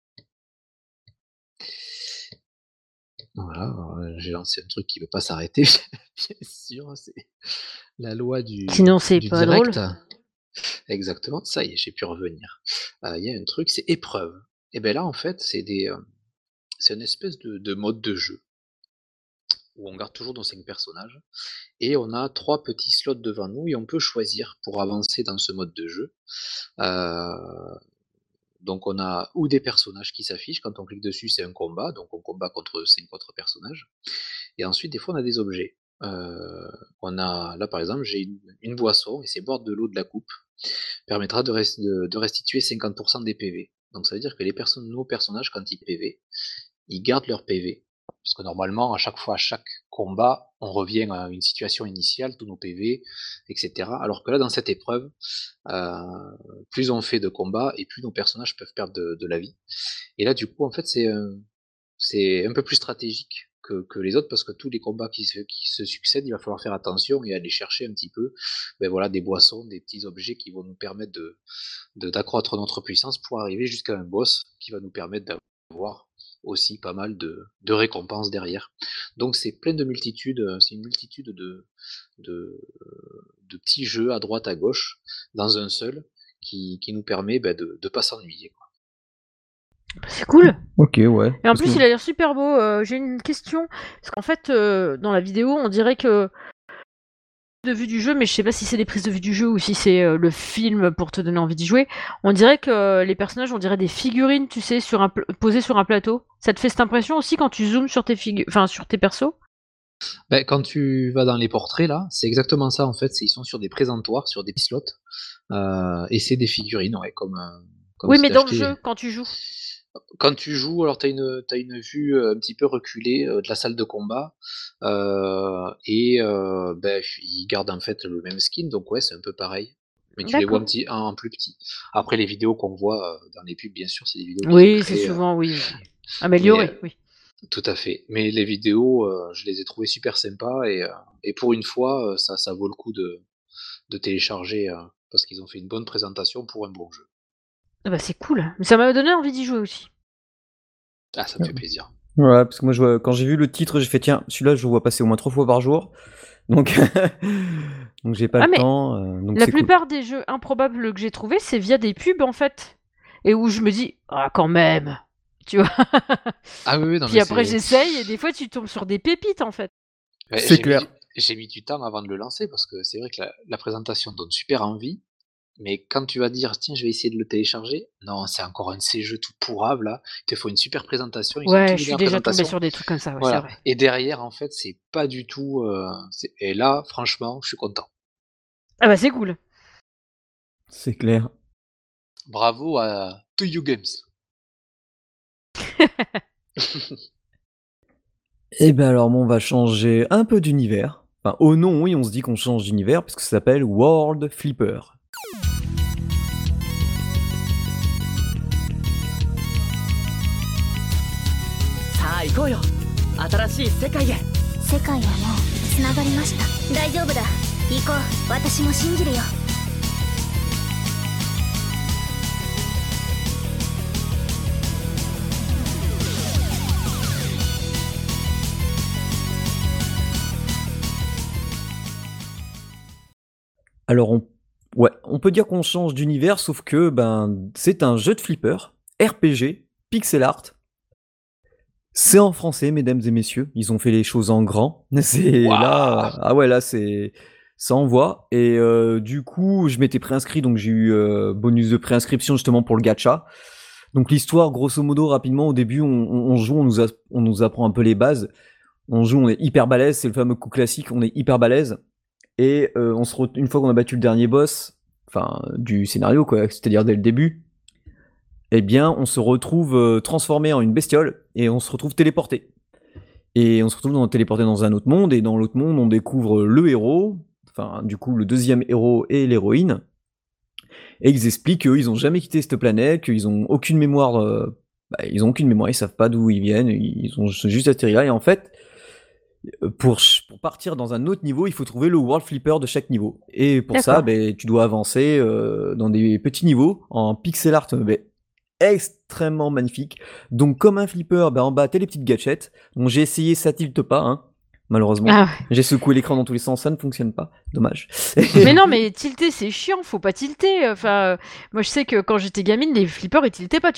Voilà, j'ai lancé un truc qui veut pas s'arrêter, bien sûr, c'est la loi Sinon, c'est du pas drôle. direct. Exactement, ça y est, j'ai pu revenir. Il y a un truc, c'est épreuve. Et ben là, en fait, c'est une espèce de mode de jeu où on garde toujours nos 5 personnages et on a 3 petits slots devant nous et on peut choisir pour avancer dans ce mode de jeu. Heu Donc on a ou des personnages qui s'affichent, quand on clique dessus c'est un combat, donc on combat contre 5 autres personnages. Et ensuite des fois on a des objets. On a là par exemple j'ai une boisson et c'est boire de l'eau de la coupe permettra de restituer 50% des PV. Donc ça veut dire que nos personnages quand ils PV, ils gardent leur PV. Parce que normalement, à chaque fois, à chaque combat, on revient à une situation initiale, tous nos PV, etc. Alors que là, dans cette épreuve, euh, plus on fait de combats et plus nos personnages peuvent perdre de la vie. Et là, du coup, en fait, c'est un peu plus stratégique que les autres parce que tous les combats qui se succèdent, il va falloir faire attention et aller chercher un petit peu ben voilà, des boissons, des petits objets qui vont nous permettre d'accroître notre puissance pour arriver jusqu'à un boss qui va nous permettre d'avoir aussi pas mal de récompenses derrière. Donc c'est plein de multitudes, c'est une multitude de, de petits jeux à droite à gauche dans un seul qui nous permet de ne pas s'ennuyer. C'est cool. Ok, ouais. Et en Parce plus, que- il a l'air super beau. J'ai une question. Parce qu'en fait, dans la vidéo, on dirait que de vue du jeu, mais je sais pas si c'est des prises de vue du jeu ou si c'est le film pour te donner envie d'y jouer. On dirait que les personnages, on dirait des figurines, tu sais, posées sur un plateau. Ça te fait cette impression aussi quand tu zoomes sur sur tes persos? Ben, quand tu vas dans les portraits là, c'est exactement ça en fait. Ils sont sur des présentoirs, sur des petits slots, et c'est des figurines, ouais, comme Oui, si mais dans le t'achetais. jeu, quand tu joues. Quand tu joues, alors t'as une vue un petit peu reculée de la salle de combat, ben, ils gardent en fait le même skin, donc ouais, c'est un peu pareil. Mais tu les vois D'accord. en plus petit. Après, les vidéos qu'on voit dans les pubs, bien sûr, c'est des vidéos qu'ils ont Oui, c'est créées, souvent, oui. mais Amélioré, oui. tout à fait. Mais les vidéos, je les ai trouvées super sympas et pour une fois, ça vaut le coup de télécharger parce qu'ils ont fait une bonne présentation pour un bon jeu. Ah bah c'est cool. Ça m'a donné envie d'y jouer aussi. Ah, ça me fait plaisir. Ouais, parce que moi, quand j'ai vu le titre, j'ai fait tiens, celui-là, je le vois passer au moins 3 fois par jour. Donc, donc j'ai pas Ah le mais temps. Donc la c'est cool. plupart des jeux improbables que j'ai trouvés, c'est via des pubs en fait. Et où je me dis, ah quand même, tu vois. Ah oui, oui, non, mais Puis après c'est. j'essaye et des fois tu tombes sur des pépites en fait. Ouais, C'est clair. j'ai mis du temps avant de le lancer parce que c'est vrai que la présentation donne super envie, mais quand tu vas dire tiens, je vais essayer de le télécharger, non, c'est encore un de ces jeux tout pourrables là. Il te faut une super présentation, ils ont tout Ouais, je mis dans suis la déjà tombée présentation. sur des trucs comme ça, ouais, c'est Voilà. vrai. Et derrière, en fait, c'est pas du tout. Et là, franchement, je suis content. Ah bah c'est cool. C'est clair. Bravo à To You Games. Et ben alors, bon, on va changer un peu d'univers. Enfin, au nom, oui, on se dit qu'on change d'univers parce que ça s'appelle World Flipper. Ça, 行こうよ。新しい世界へ。 世界はもうつながりました。大丈夫だ。行こう。私も信じるよ。 Alors, on peut dire qu'on change d'univers, sauf que c'est un jeu de flipper, RPG, pixel art. C'est en français, mesdames et messieurs. Ils ont fait les choses en grand. C'est là, ah ouais, là ça envoie. Et du coup, je m'étais préinscrit, donc j'ai eu bonus de préinscription justement pour le gacha. Donc l'histoire, grosso modo, rapidement, au début, on joue, on nous apprend un peu les bases. On joue, on est hyper balèze, c'est le fameux coup classique, on est hyper balèze. Et une fois qu'on a battu le dernier boss, enfin du scénario quoi, c'est-à-dire dès le début, eh bien on se retrouve transformé en une bestiole et on se retrouve téléporté. Et on se retrouve téléporté dans un autre monde, et dans l'autre monde on découvre le héros, enfin du coup le deuxième héros et l'héroïne. Et ils expliquent qu'ils ont jamais quitté cette planète, qu'ils ont aucune mémoire, ils ont aucune mémoire, ils savent pas d'où ils viennent, ils ont juste atterri là, et en fait, pour partir dans un autre niveau, il faut trouver le World Flipper de chaque niveau. Et pour ça, tu dois avancer dans des petits niveaux en pixel art extrêmement magnifique. Donc comme un flipper, en bas t'as les petites gadgets. Donc j'ai essayé, ça tilte pas, hein, malheureusement. Ah ouais. J'ai secoué l'écran dans tous les sens, ça ne fonctionne pas. Dommage. Mais non, mais tilter c'est chiant, faut pas tilter. Enfin, moi je sais que quand j'étais gamine, les flippers ils tiltaient pas.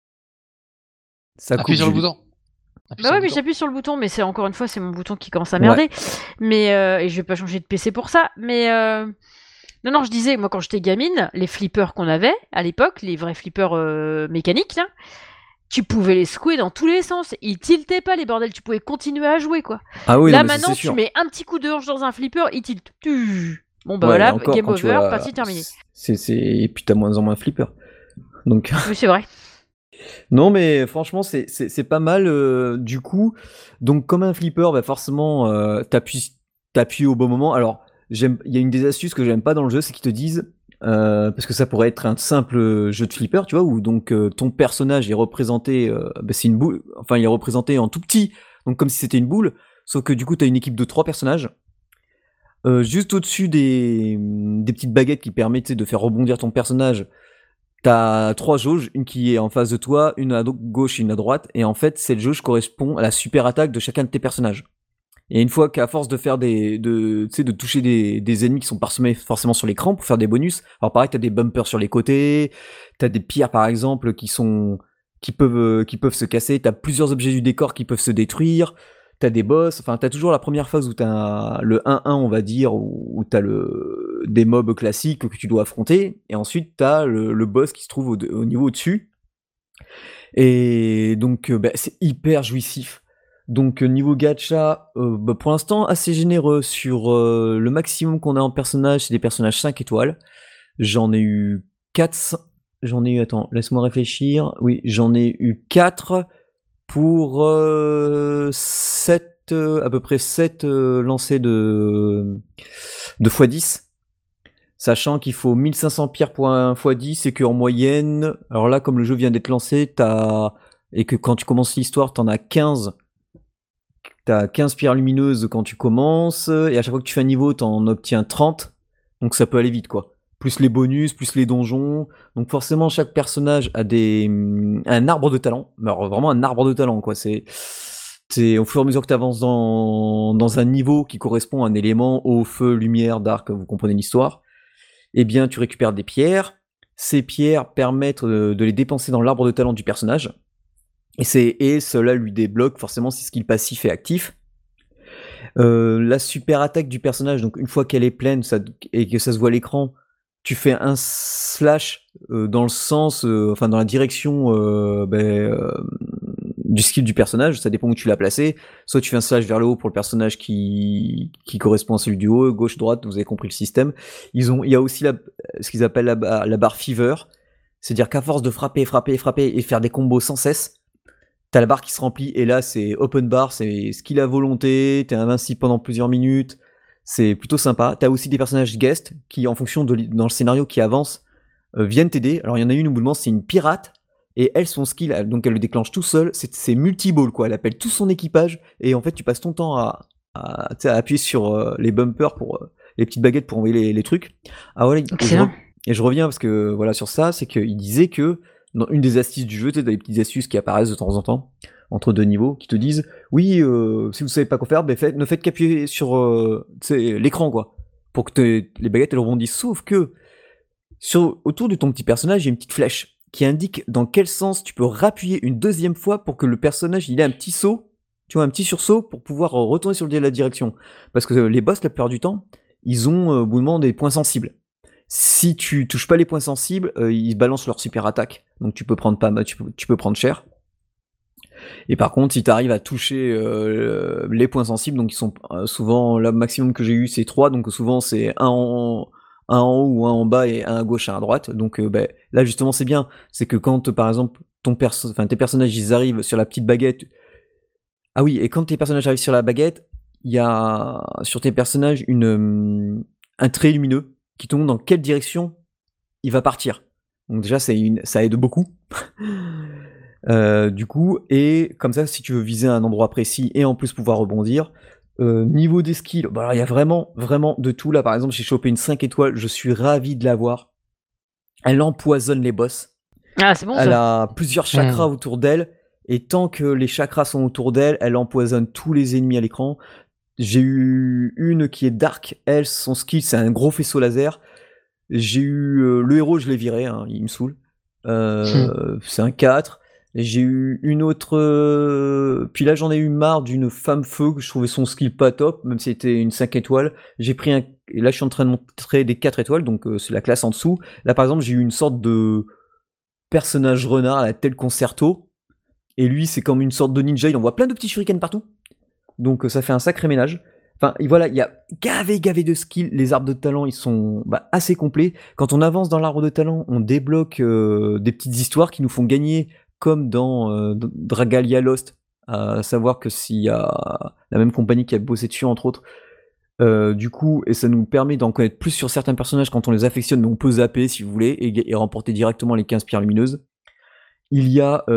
Ça Appuie sur le bouton. Bah ouais, mais j'appuie sur le bouton, mais c'est encore une fois, c'est mon bouton qui commence à merder. Mais et je vais pas changer de PC pour ça. Mais non, je disais, moi quand j'étais gamine, les flippers qu'on avait à l'époque, les vrais flippers mécaniques, là, tu pouvais les secouer dans tous les sens. Ils tiltaient pas les bordels, tu pouvais continuer à jouer quoi. Ah oui, là non, maintenant, tu mets un petit coup de hanche dans un flipper, il tilte. Bon bah voilà, game over, partie terminée. Et puis t'as moins en moins flipper. Donc. Oui, c'est vrai. Non mais franchement c'est pas mal du coup. Donc comme un flipper, forcément t'appuies au bon moment. Alors il y a une des astuces que j'aime pas dans le jeu, c'est qu'ils te disent parce que ça pourrait être un simple jeu de flipper, tu vois, où donc ton personnage est représenté, c'est une boule, enfin il est représenté en tout petit, donc comme si c'était une boule, sauf que du coup t'as une équipe de 3 personnages. Juste au-dessus des petites baguettes qui permettent de faire rebondir ton personnage. T'as 3 jauges, une qui est en face de toi, une à gauche et une à droite, et en fait cette jauge correspond à la super attaque de chacun de tes personnages. Et une fois qu'à force de faire de toucher des ennemis qui sont parsemés forcément sur l'écran pour faire des bonus, alors pareil t'as des bumpers sur les côtés, t'as des pierres par exemple qui peuvent se casser, t'as plusieurs objets du décor qui peuvent se détruire, t'as des boss, enfin t'as toujours la première phase où t'as le 1-1 on va dire, où t'as des mobs classiques que tu dois affronter, et ensuite t'as le boss qui se trouve au niveau au-dessus, et donc c'est hyper jouissif. Donc niveau gacha, pour l'instant assez généreux sur le maximum qu'on a en personnage, c'est des personnages 5 étoiles. J'en ai eu 4, attends, laisse-moi réfléchir, oui j'en ai eu 4 pour 7, à peu près 7 lancers de x10, sachant qu'il faut 1500 pierres pour un x10, et qu'en moyenne, alors là comme le jeu vient d'être lancé, et que quand tu commences l'histoire t'en as 15, t'as 15 pierres lumineuses quand tu commences, et à chaque fois que tu fais un niveau t'en obtiens 30, donc ça peut aller vite quoi. Plus les bonus, plus les donjons. Donc forcément, chaque personnage a un arbre de talent. Alors vraiment un arbre de talent, quoi. C'est au fur et à mesure que tu avances dans un niveau qui correspond à un élément, eau, feu, lumière, dark, vous comprenez l'histoire, eh bien tu récupères des pierres. Ces pierres permettent de les dépenser dans l'arbre de talent du personnage. Et cela lui débloque forcément si skill passif est actif. La super attaque du personnage, donc une fois qu'elle est pleine et que ça se voit à l'écran, tu fais un slash dans le sens, dans la direction du skill du personnage, ça dépend où tu l'as placé. Soit tu fais un slash vers le haut pour le personnage qui correspond à celui du haut, gauche, droite, vous avez compris le système. Il y a aussi ce qu'ils appellent la barre fever, c'est-à-dire qu'à force de frapper et faire des combos sans cesse, t'as la barre qui se remplit, et là c'est open bar, c'est skill à volonté, t'es invincible pendant plusieurs minutes. C'est plutôt sympa. T'as aussi des personnages guest qui, en fonction dans le scénario qui avance, viennent t'aider. Alors il y en a une où moment c'est une pirate et elle son skill donc elle le déclenche tout seul. C'est multi-ball quoi. Elle appelle tout son équipage et en fait tu passes ton temps à appuyer sur les bumpers pour les petites baguettes pour envoyer les trucs. Ah voilà. Excellent. Et je reviens parce que voilà sur ça, c'est qu'il disait que dans une des astuces du jeu, tu sais, des petites astuces qui apparaissent de temps en temps entre deux niveaux, qui te disent oui, si vous savez pas quoi faire, ben ne faites qu'appuyer sur l'écran quoi, pour que les baguettes elles rebondissent. Sauf que autour de ton petit personnage, il y a une petite flèche qui indique dans quel sens tu peux rappuyer une deuxième fois pour que le personnage il ait un petit saut, tu vois, un petit sursaut pour pouvoir retourner sur la direction. Parce que les boss, la plupart du temps, ils ont au bout d'un moment des points sensibles. Si tu touches pas les points sensibles, ils balancent leur super attaque. Donc tu peux prendre tu peux prendre cher. Et par contre, si tu arrives à toucher les points sensibles, donc ils sont souvent, le maximum que j'ai eu c'est 3, donc souvent c'est un en haut ou un en bas et un à gauche et un à droite. Donc là justement c'est bien, c'est que quand par exemple tes personnages ils arrivent sur la petite baguette. Ah oui, et quand tes personnages arrivent sur la baguette, il y a sur tes personnages un trait lumineux qui tombe dans quelle direction il va partir. Donc déjà ça aide beaucoup. Du coup, et comme ça, si tu veux viser un endroit précis et en plus pouvoir rebondir, niveau des skills, bah, il y a vraiment, vraiment de tout. Là, par exemple, j'ai chopé une 5 étoiles, je suis ravi de l'avoir. Elle empoisonne les boss. Ah, c'est bon ça. Elle a plusieurs chakras autour d'elle, et tant que les chakras sont autour d'elle, elle empoisonne tous les ennemis à l'écran. J'ai eu une qui est dark, elle, son skill, c'est un gros faisceau laser. J'ai eu le héros, je l'ai viré, hein, il me saoule. C'est un 4. J'ai eu une autre. Puis là, j'en ai eu marre d'une femme feu que je trouvais son skill pas top, même si c'était une 5 étoiles. J'ai pris un. Et là, je suis en train de montrer des 4 étoiles, donc c'est la classe en dessous. Là, par exemple, j'ai eu une sorte de personnage renard à la telle concerto. Et lui, c'est comme une sorte de ninja, il envoie plein de petits shurikens partout. Donc ça fait un sacré ménage. Enfin, voilà, il y a gavé de skills. Les arbres de talent, ils sont assez complets. Quand on avance dans l'arbre de talent, on débloque des petites histoires qui nous font gagner, comme dans Dragalia Lost, à savoir que s'il y a la même compagnie qui a bossé dessus, entre autres, du coup, et ça nous permet d'en connaître plus sur certains personnages quand on les affectionne, mais on peut zapper si vous voulez, et remporter directement les 15 pierres lumineuses. Il y a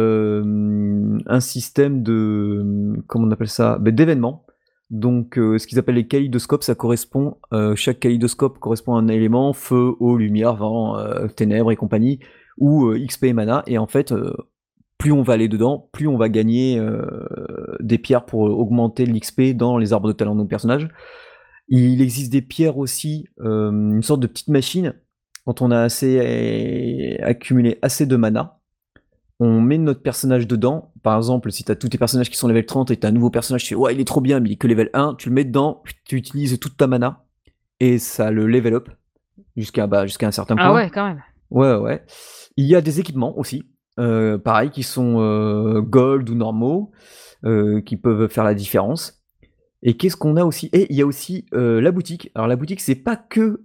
un système de... comment on appelle ça, d'événements. Donc ce qu'ils appellent les kaléidoscopes, ça correspond... chaque kaléidoscope correspond à un élément, feu, eau, lumière, vent, ténèbres et compagnie, ou XP et mana, et en fait, plus on va aller dedans, plus on va gagner des pierres pour augmenter l'XP dans les arbres de talent de nos personnages. Il existe des pierres aussi, une sorte de petite machine, quand on a accumulé assez de mana, on met notre personnage dedans. Par exemple, si tu as tous tes personnages qui sont level 30 et tu as un nouveau personnage, tu fais ouais, il est trop bien, mais il est que level 1, tu le mets dedans, tu utilises toute ta mana et ça le level up jusqu'à un certain point. Ah ouais, quand même. Ouais. Il y a des équipements aussi, pareil, qui sont gold ou normaux, qui peuvent faire la différence. Et qu'est-ce qu'on a aussi? Et il y a aussi la boutique. Alors la boutique, c'est pas que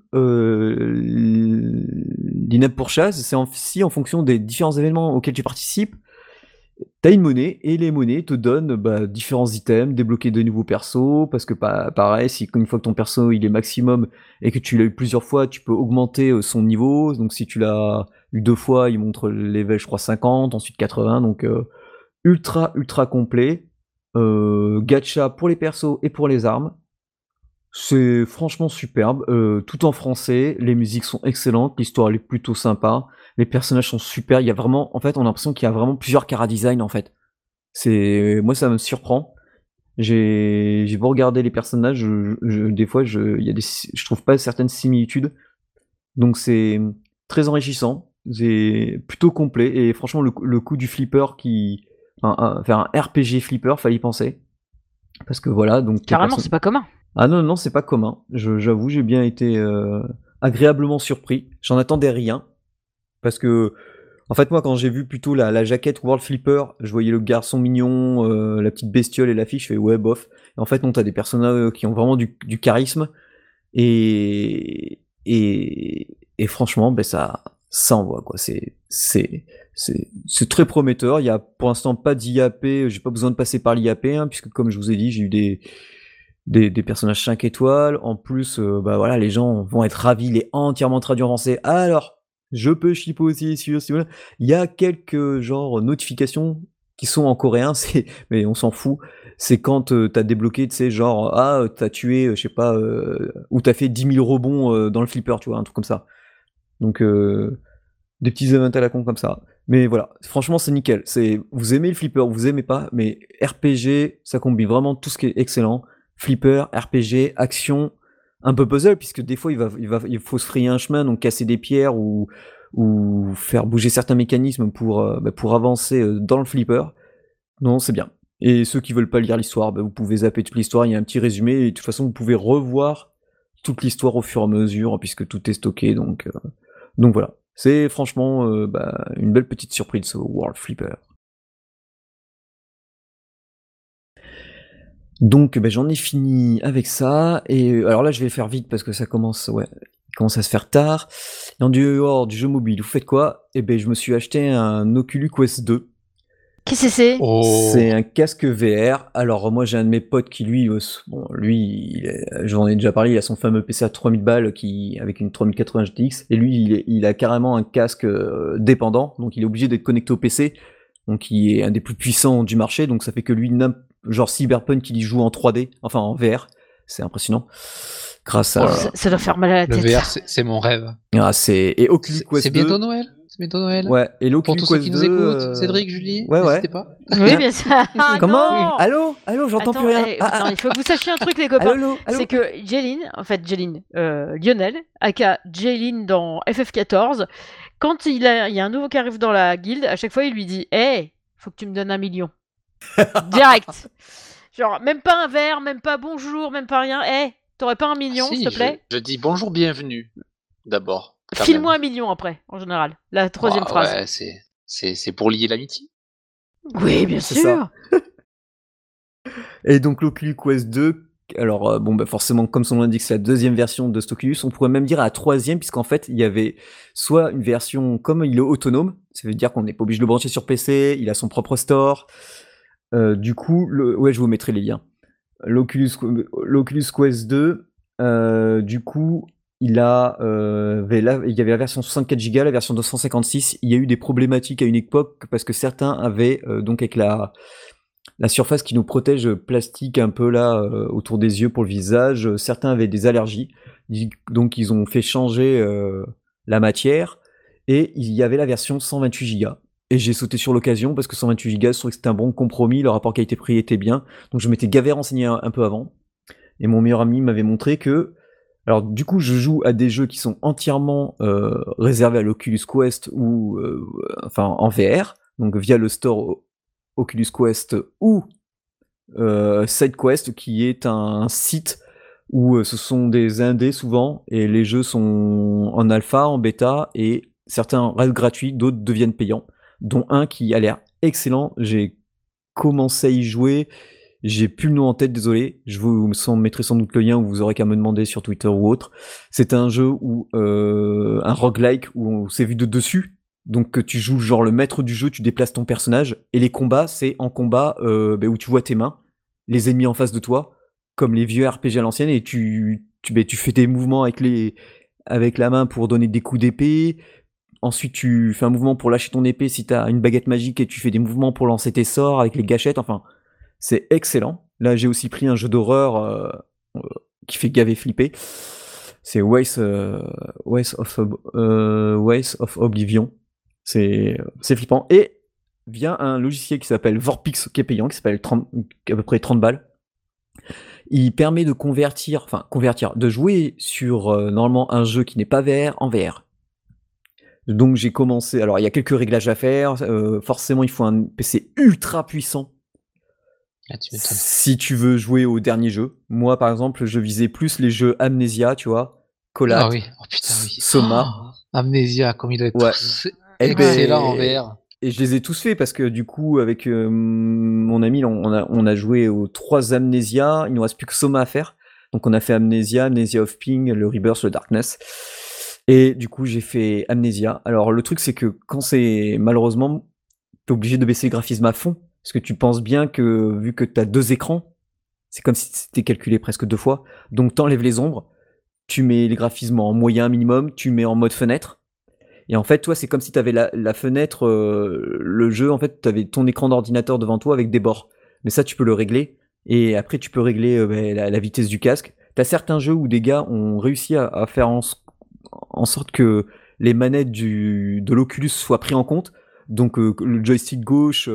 l'INEP pour chasse, c'est aussi en fonction des différents événements auxquels tu participes. T'as une monnaie, et les monnaies te donnent différents items, débloquer de nouveaux persos, parce que pareil, si une fois que ton perso il est maximum, et que tu l'as eu plusieurs fois, tu peux augmenter son niveau. Donc si tu l'as eu 2 fois, il montre le level, je crois, 50, ensuite 80, donc ultra complet. Gacha pour les persos et pour les armes. C'est franchement superbe, tout en français, les musiques sont excellentes, l'histoire elle est plutôt sympa, les personnages sont super, il y a vraiment, en fait, on a l'impression qu'il y a vraiment plusieurs chara-design en fait. Moi ça me surprend. J'ai beau regarder les personnages, des fois je trouve pas certaines similitudes, donc c'est très enrichissant, c'est plutôt complet, et franchement le coup du flipper faire un RPG flipper, fallait y penser. Parce que voilà, donc... Carrément, c'est pas commun. Ah non, c'est pas commun. J'avoue, j'ai bien été agréablement surpris. J'en attendais rien. Parce que, en fait, moi, quand j'ai vu plutôt la jaquette World Flipper, je voyais le garçon mignon, la petite bestiole et la fille, je fais ouais, bof. Et en fait, non, t'as des personnages qui ont vraiment du charisme. Et franchement, ça envoie, quoi. C'est très prometteur. Il y a pour l'instant pas d'IAP. J'ai pas besoin de passer par l'IAP, hein, puisque comme je vous ai dit, j'ai eu des personnages 5 étoiles. En plus, bah voilà, les gens vont être ravis, il est entièrement traduit en français. Alors, je peux shipper aussi sur si vous voulez. Il y a quelques genre notifications qui sont en coréen, mais on s'en fout. C'est quand t'as débloqué, tu sais, genre, t'as tué, je sais pas, ou t'as fait 10 000 rebonds dans le flipper, tu vois, un truc comme ça. Donc, des petits events à la con comme ça. Mais voilà, franchement, c'est nickel. Vous aimez le flipper, vous aimez pas, mais RPG, ça combine vraiment tout ce qui est excellent. Flipper, RPG, action, un peu puzzle, puisque des fois, il faut se frayer un chemin, donc casser des pierres ou faire bouger certains mécanismes pour avancer dans le flipper. Non, c'est bien. Et ceux qui veulent pas lire l'histoire, vous pouvez zapper toute l'histoire, il y a un petit résumé, et de toute façon, vous pouvez revoir toute l'histoire au fur et à mesure, puisque tout est stocké, donc voilà. C'est franchement une belle petite surprise, ce World Flipper. Donc j'en ai fini avec ça, et alors là je vais faire vite parce que ça commence à se faire tard. Et en dehors du jeu mobile, vous faites quoi? Je me suis acheté un Oculus Quest 2. Qu'est-ce que c'est? C'est un casque VR. Alors moi j'ai un de mes potes qui lui, j'en ai déjà parlé, il a son fameux PC à 3000 balles avec une 3080 GTX, et lui il a carrément un casque dépendant, donc il est obligé d'être connecté au PC, donc il est un des plus puissants du marché, donc ça fait que lui, genre Cyberpunk, il y joue en 3D, enfin en VR, c'est impressionnant. Grâce à... Ça doit faire mal à la tête. Le VR, c'est mon rêve. Et Oculus Quest 2... C'est bientôt Noël. C'est bientôt Noël. Ouais, et l'Oculus Pour tous ceux qui Quest nous 2, écoutent, Cédric, Julie, ouais. n'hésitez pas. Oui, bien sûr. Comment? Non. Allô, j'entends plus rien. Attends, il faut que vous sachiez un truc, les copains. Allô. C'est que Lionel, aka Jaylin dans FF14, quand il y a un nouveau qui arrive dans la guilde, à chaque fois il lui dit hey, faut que tu me donnes 1 million. Direct. Genre, même pas un verre, même pas bonjour, même pas rien. Hey, t'aurais pas 1 million, Si, s'il te plaît? je dis bonjour, bienvenue, d'abord. File-moi 1 million après, en général. La troisième phrase. Ouais, c'est pour lier l'amitié. Oui, bien C'est sûr. ça. Et donc l'Oculus Quest 2, alors forcément, comme son nom l'indique, c'est la deuxième version de cet Oculus. On pourrait même dire la troisième, puisqu'en fait, il y avait soit une version, comme il est autonome, ça veut dire qu'on n'est pas obligé de le brancher sur PC, il a son propre store. Du coup, je vous mettrai les liens. L'Oculus Quest 2, du coup, il y avait la version 64 Go, la version 256. Il y a eu des problématiques à une époque parce que certains avaient, donc avec la surface qui nous protège plastique un peu là autour des yeux pour le visage, certains avaient des allergies. Donc ils ont fait changer la matière et il y avait la version 128 Go. Et j'ai sauté sur l'occasion parce que 128 Go, je trouvais que c'était un bon compromis, le rapport qualité-prix était bien. Donc je m'étais gavé renseigné un peu avant. Et mon meilleur ami m'avait montré que... Alors du coup, je joue à des jeux qui sont entièrement réservés à l'Oculus Quest ou en VR, donc via le store Oculus Quest ou SideQuest, qui est un site où ce sont des indés souvent, et les jeux sont en alpha, en bêta, et certains restent gratuits, d'autres deviennent payants, dont un qui a l'air excellent. J'ai commencé à y jouer, j'ai plus le nom en tête, désolé, je vous mettrai sans doute le lien, ou vous aurez qu'à me demander sur Twitter ou autre. C'est un jeu où un roguelike où c'est vu de dessus, donc tu joues genre le maître du jeu, tu déplaces ton personnage, et les combats, c'est en combat où tu vois tes mains, les ennemis en face de toi, comme les vieux RPG à l'ancienne, et tu fais des mouvements avec la main pour donner des coups d'épée. Ensuite, tu fais un mouvement pour lâcher ton épée si t'as une baguette magique, et tu fais des mouvements pour lancer tes sorts avec les gâchettes. Enfin, c'est excellent. Là, j'ai aussi pris un jeu d'horreur qui fait gaver flipper. C'est Ways of Oblivion. C'est flippant. Et via un logiciel qui s'appelle Vorpix, qui est payant, qui s'appelle à peu près 30 balles. Il permet de de jouer sur normalement un jeu qui n'est pas VR en VR. Donc j'ai commencé, alors il y a quelques réglages à faire, forcément il faut un PC ultra puissant si tu veux jouer au dernier jeu. Moi par exemple, je visais plus les jeux Amnesia, tu vois, Colat, Soma. Amnesia, comme il doit être excellent en VR. Et je les ai tous faits parce que du coup, avec mon ami, on a joué aux 3 Amnesia. Il nous reste plus que Soma à faire. Donc on a fait Amnesia of Ping, le Rebirth, le Darkness. Et du coup, j'ai fait Amnesia. Alors le truc, c'est que quand c'est malheureusement, t'es obligé de baisser le graphisme à fond. Parce que tu penses bien que, vu que t'as 2 écrans, C'est comme si c'était calculé presque 2 fois. Donc t'enlèves les ombres, tu mets les graphismes en moyen minimum, tu mets en mode fenêtre. Et en fait, toi, c'est comme si t'avais la fenêtre, le jeu, en fait, t'avais ton écran d'ordinateur devant toi avec des bords. Mais ça, tu peux le régler. Et après, tu peux régler la vitesse du casque. T'as certains jeux où des gars ont réussi à faire en sorte que les manettes de l'Oculus soient pris en compte. Donc le joystick gauche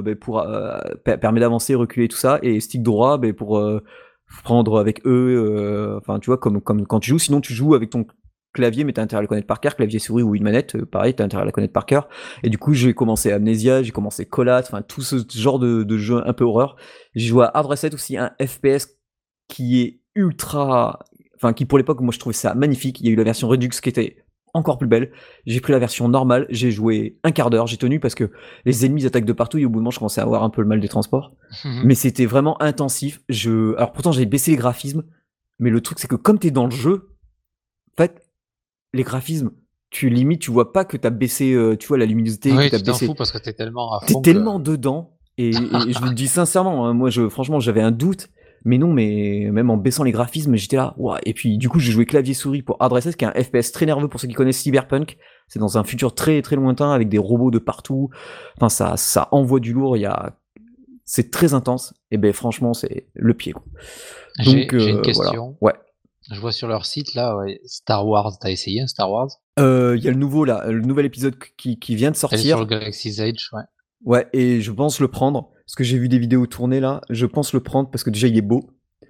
permet d'avancer, reculer, tout ça. Et stick droit pour prendre avec eux. Enfin, tu vois, comme quand tu joues. Sinon, tu joues avec ton clavier, mais t'as intérêt à le connaître par cœur. Clavier souris ou une manette, pareil, t'as intérêt à la connaître par cœur. Et du coup, j'ai commencé Amnesia, j'ai commencé Collat, enfin tout ce genre de jeu un peu horreur. J'ai joué à Hard Reset aussi, un FPS qui est ultra... Enfin, qui pour l'époque, moi je trouvais ça magnifique. Il y a eu la version Redux qui était encore plus belle. J'ai pris la version normale, j'ai joué un quart d'heure, j'ai tenu parce que les ennemis attaquent de partout et au bout d'un moment je commençais à avoir un peu le mal des transports. Mais c'était vraiment intensif. Alors pourtant j'ai baissé les graphismes, mais le truc c'est que comme t'es dans le jeu, en fait, les graphismes, tu vois pas que t'as baissé, tu vois, la luminosité, Oui, que t'as tu t'en baissé. fous parce que t'es tellement à T'es fond. tellement dedans, et je le dis sincèrement, hein, moi franchement j'avais un doute, mais non, mais même en baissant les graphismes, j'étais là, ouah. Et puis du coup j'ai joué clavier souris pour Hard Reset, qui est un FPS très nerveux pour ceux qui connaissent Cyberpunk. C'est dans un futur très très lointain avec des robots de partout. Enfin ça envoie du lourd, c'est très intense. Et ben franchement c'est le pied, quoi. J'ai Donc une voilà. question. Ouais. Je vois sur leur site là, ouais, Star Wars, t'as essayé un Star Wars? Il y a le nouvel épisode qui vient de Elle est sortir. sur le Galaxy's Edge, ouais. Ouais, et je pense le prendre, parce que j'ai vu des vidéos tourner là, je pense le prendre parce que déjà il est beau.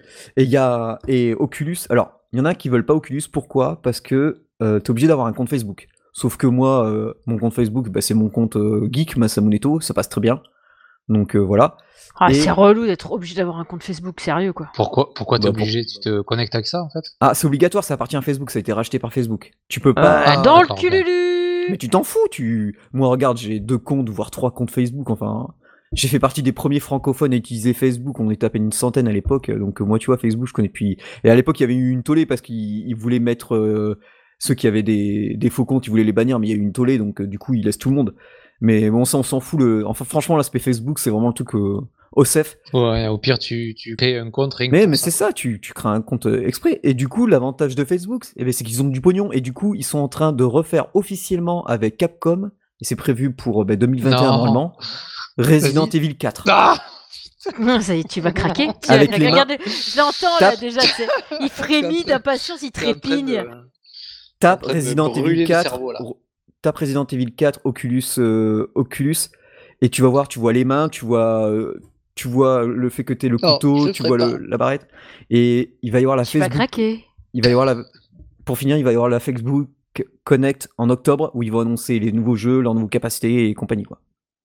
Et Oculus, alors, il y en a qui veulent pas Oculus, pourquoi? Parce que t'es obligé d'avoir un compte Facebook. Sauf que moi, mon compte Facebook, c'est mon compte geek, Masamuneto, ça passe très bien. Donc voilà. Ah, Et- c'est relou d'être obligé d'avoir un compte Facebook, sérieux quoi. Pourquoi t'es Bah, obligé? Tu te connectes avec ça en fait? Ah, c'est obligatoire, ça appartient à Facebook, ça a été racheté par Facebook. Tu peux pas... Dans le d'accord, ok. cululu. Mais tu t'en fous, Moi, regarde, j'ai 2 comptes, voire 3 comptes Facebook, enfin... J'ai fait partie des premiers francophones à utiliser Facebook, on était à peine une centaine à l'époque, donc moi, tu vois, Facebook, je connais depuis... Et à l'époque, il y avait eu une tollée parce qu'ils voulaient mettre... ceux qui avaient des faux comptes, ils voulaient les bannir, mais il y a eu une tollée, donc du coup, ils laissent tout le monde. Mais bon, ça, on s'en fout, Enfin, franchement, l'aspect Facebook, c'est vraiment le truc... OSEF. Ouais, au pire, tu crées un compte rien que Mais pour c'est ça, tu crées un compte exprès. Et du coup, l'avantage de Facebook, c'est qu'ils ont du pognon. Et du coup, ils sont en train de refaire officiellement avec Capcom, et c'est prévu pour 2021 Non. normalement, Resident Vas-y. Evil 4. Ah Ça y est, tu vas craquer. Avec les mains. Regardez, je l'entends là Tape. déjà. Il frémit d'impatience, il trépigne. Tape en train de me Resident brûler Evil le 4, cerveau, là. tape Resident Evil 4 Oculus, et tu vas voir, tu vois les mains, tu vois le fait que t'aies le Non, couteau, je tu ferai vois pas. la barrette, et il va y avoir la Tu vas Facebook. craquer. Il va y avoir pour finir, il va y avoir la Facebook Connect en octobre où ils vont annoncer les nouveaux jeux, leurs nouvelles capacités et compagnie, quoi.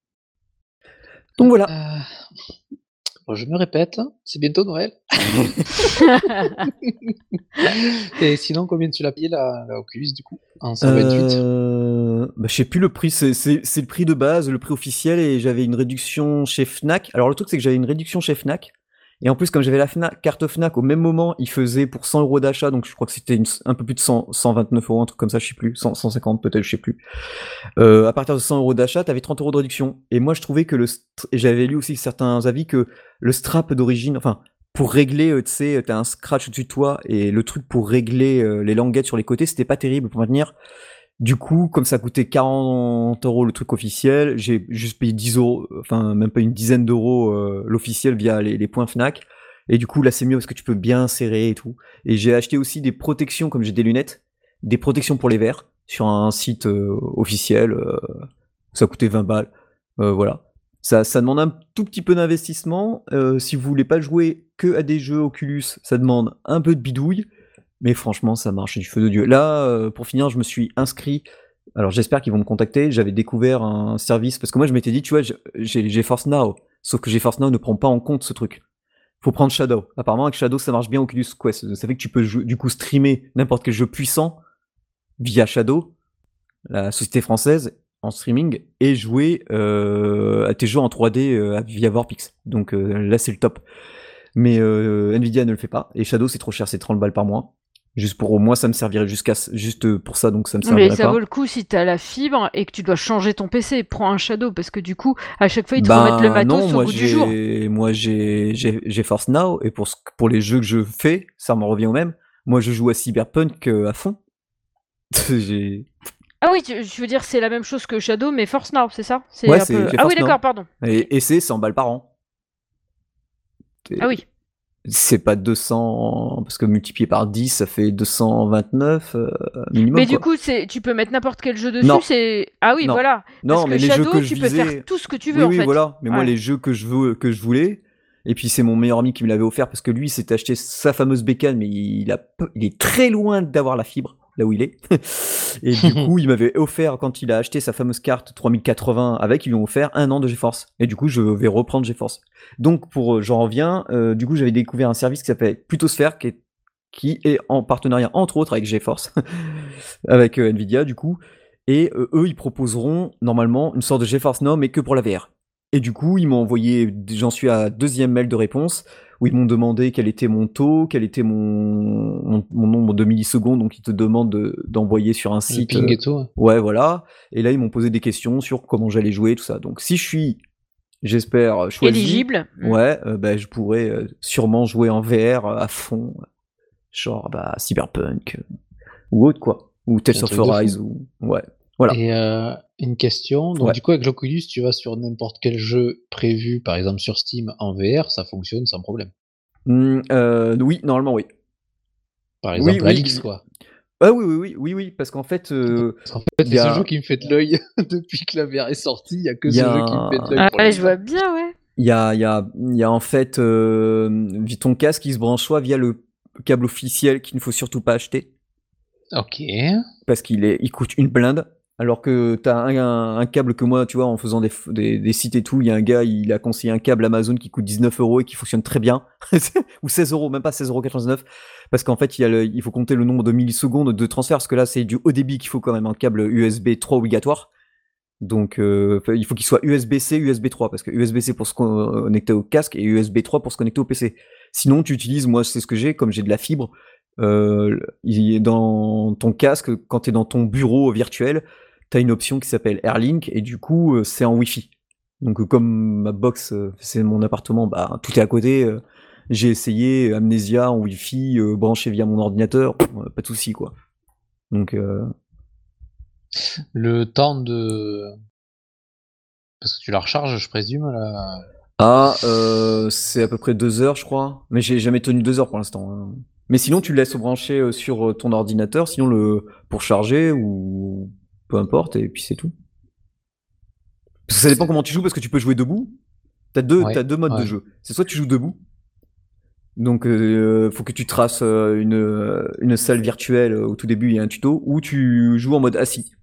Donc voilà. Bon, je me répète, c'est bientôt Noël. Et sinon, combien tu l'as payé la Oculus du coup? En 128? Je sais plus le prix, c'est le prix de base, le prix officiel, et j'avais une réduction chez Fnac. Alors le truc c'est que j'avais une réduction chez Fnac, et en plus comme j'avais la carte Fnac au même moment, il faisait pour 100 € d'achat, donc je crois que c'était un peu plus de 129 €, un truc comme ça, je sais plus, 150 peut-être, je sais plus. À partir de 100 € d'achat, t'avais 30 € de réduction. Et moi je trouvais que et j'avais lu aussi certains avis que le strap d'origine, enfin pour régler, tu sais, t'as un scratch au-dessus de toi, et le truc pour régler les languettes sur les côtés, c'était pas terrible pour maintenir. Du coup, comme ça coûtait 40 € le truc officiel, j'ai juste payé 10 €, enfin même pas une dizaine d'euros l'officiel via les points Fnac. Et du coup, là c'est mieux parce que tu peux bien serrer et tout. Et j'ai acheté aussi des protections, comme j'ai des lunettes, des protections pour les verres sur un site officiel. Ça coûtait 20 balles. Voilà. Ça demande un tout petit peu d'investissement. Si vous voulez pas jouer que à des jeux Oculus, ça demande un peu de bidouille. Mais franchement, ça marche du feu de Dieu. Là, pour finir, je me suis inscrit. Alors j'espère qu'ils vont me contacter. J'avais découvert un service, parce que moi je m'étais dit, tu vois, j'ai GeForce Now. Sauf que GeForce Now ne prend pas en compte ce truc. Faut prendre Shadow. Apparemment avec Shadow ça marche bien Oculus Quest. Ça fait que tu peux du coup streamer n'importe quel jeu puissant via Shadow, la société française, en streaming, et jouer à tes jeux en 3D via Vorpix. Donc là c'est le top. Mais Nvidia ne le fait pas, et Shadow c'est trop cher, c'est 30 balles par mois. Juste pour moi, ça me servirait juste pour ça, donc ça me Mais servirait ça pas. vaut le coup si t'as la fibre et que tu dois changer ton PC. Prends un Shadow parce que du coup, à chaque fois, ils te remettent le matos non, au goût du jour. moi j'ai GeForce Now et pour les jeux que je fais, ça m'en revient au même. Moi, je joue à Cyberpunk à fond. J'ai Ah oui, je veux dire, c'est la même chose que Shadow, mais Force Now, c'est ça? Ouais, Un c'est peu... Ah GeForce oui, d'accord, Now. pardon. Et c'est 100 balles par an. Ah oui. C'est pas 200 parce que multiplié par 10, ça fait 229 minimum Mais du quoi. coup, tu peux mettre n'importe quel jeu dessus, Non. c'est... Ah oui, Non. voilà. Parce Non, que mais les jeux Shadow, que je tu peux faire visais, tout ce que tu oui, veux, en oui, fait. voilà. Mais moi, Ouais. les jeux que je voulais, et puis c'est mon meilleur ami qui me l'avait offert parce que lui, s'est acheté sa fameuse bécane, mais il est très loin d'avoir la fibre là où il est. Et du coup, il m'avait offert quand il a acheté sa fameuse carte 3080 avec, ils lui ont offert 1 an de GeForce. Et du coup, je vais reprendre GeForce. Donc, j'en reviens. Du coup, j'avais découvert un service qui s'appelle Plutosphère, qui est en partenariat entre autres avec GeForce, avec Nvidia du coup. Et eux, ils proposeront normalement une sorte de GeForce Now, mais que pour la VR. Et du coup, ils m'ont envoyé, j'en suis à 2e mail de réponse, où ils m'ont demandé quel était mon taux, quel était mon nombre de millisecondes, donc ils te demandent d'envoyer sur un Le site. ping et tout. Ouais, voilà. Et là, ils m'ont posé des questions sur comment j'allais jouer, tout ça. Donc si je suis, j'espère, choisi, Éligible. ouais, je pourrais sûrement jouer en VR à fond, genre Cyberpunk ou autre quoi, ou Tales C'est un of truc de Arise fou. ou ouais, voilà. Et une question, donc Ouais. du coup avec l'Oculus, tu vas sur n'importe quel jeu prévu, par exemple sur Steam en VR, ça fonctionne sans problème. Oui, normalement oui. Par Oui, exemple oui, Alix oui. quoi. Ah oui, parce qu'en fait, Parce qu'en fait, y c'est ce a- jeu qui me fait de l'œil depuis que la VR est sortie, il y a que y ce a jeu qui me fait de l'œil Ah, pour ouais, je l'instant. vois bien, ouais. il y a en fait ton casque qui se branche soit via le câble officiel qu'il ne faut surtout pas acheter Ok. parce il coûte une blinde. Alors que t'as un câble que moi, tu vois, en faisant des sites et tout, il y a un gars, il a conseillé un câble Amazon qui coûte 19 € et qui fonctionne très bien. Ou 16 €, même pas 16,99 €. Parce qu'en fait, il faut compter le nombre de millisecondes de transfert, parce que là, c'est du haut débit qu'il faut quand même un câble USB 3 obligatoire. Donc, il faut qu'il soit USB-C, USB 3, parce que USB-C pour se connecter au casque et USB 3 pour se connecter au PC. Sinon, tu utilises, moi, c'est ce que j'ai, comme j'ai de la fibre, il est dans ton casque, quand tu es dans ton bureau virtuel, tu as une option qui s'appelle Airlink, et du coup, c'est en Wi-Fi. Donc, comme ma box, c'est mon appartement, tout est à côté. J'ai essayé Amnesia en Wi-Fi, branché via mon ordinateur, pas de souci, quoi. Donc, Le temps de... Parce que tu la recharges, je présume, là. c'est à peu près 2 heures, je crois. Mais j'ai jamais tenu 2 heures pour l'instant, hein. Mais sinon, tu le laisses brancher sur ton ordinateur, sinon pour charger ou peu importe, et puis c'est tout. Parce que ça dépend comment tu joues, parce que tu peux jouer debout. T'as deux modes de jeu. C'est soit tu joues debout, donc faut que tu traces une salle virtuelle au tout début, il y a un tuto, ou tu joues en mode assis.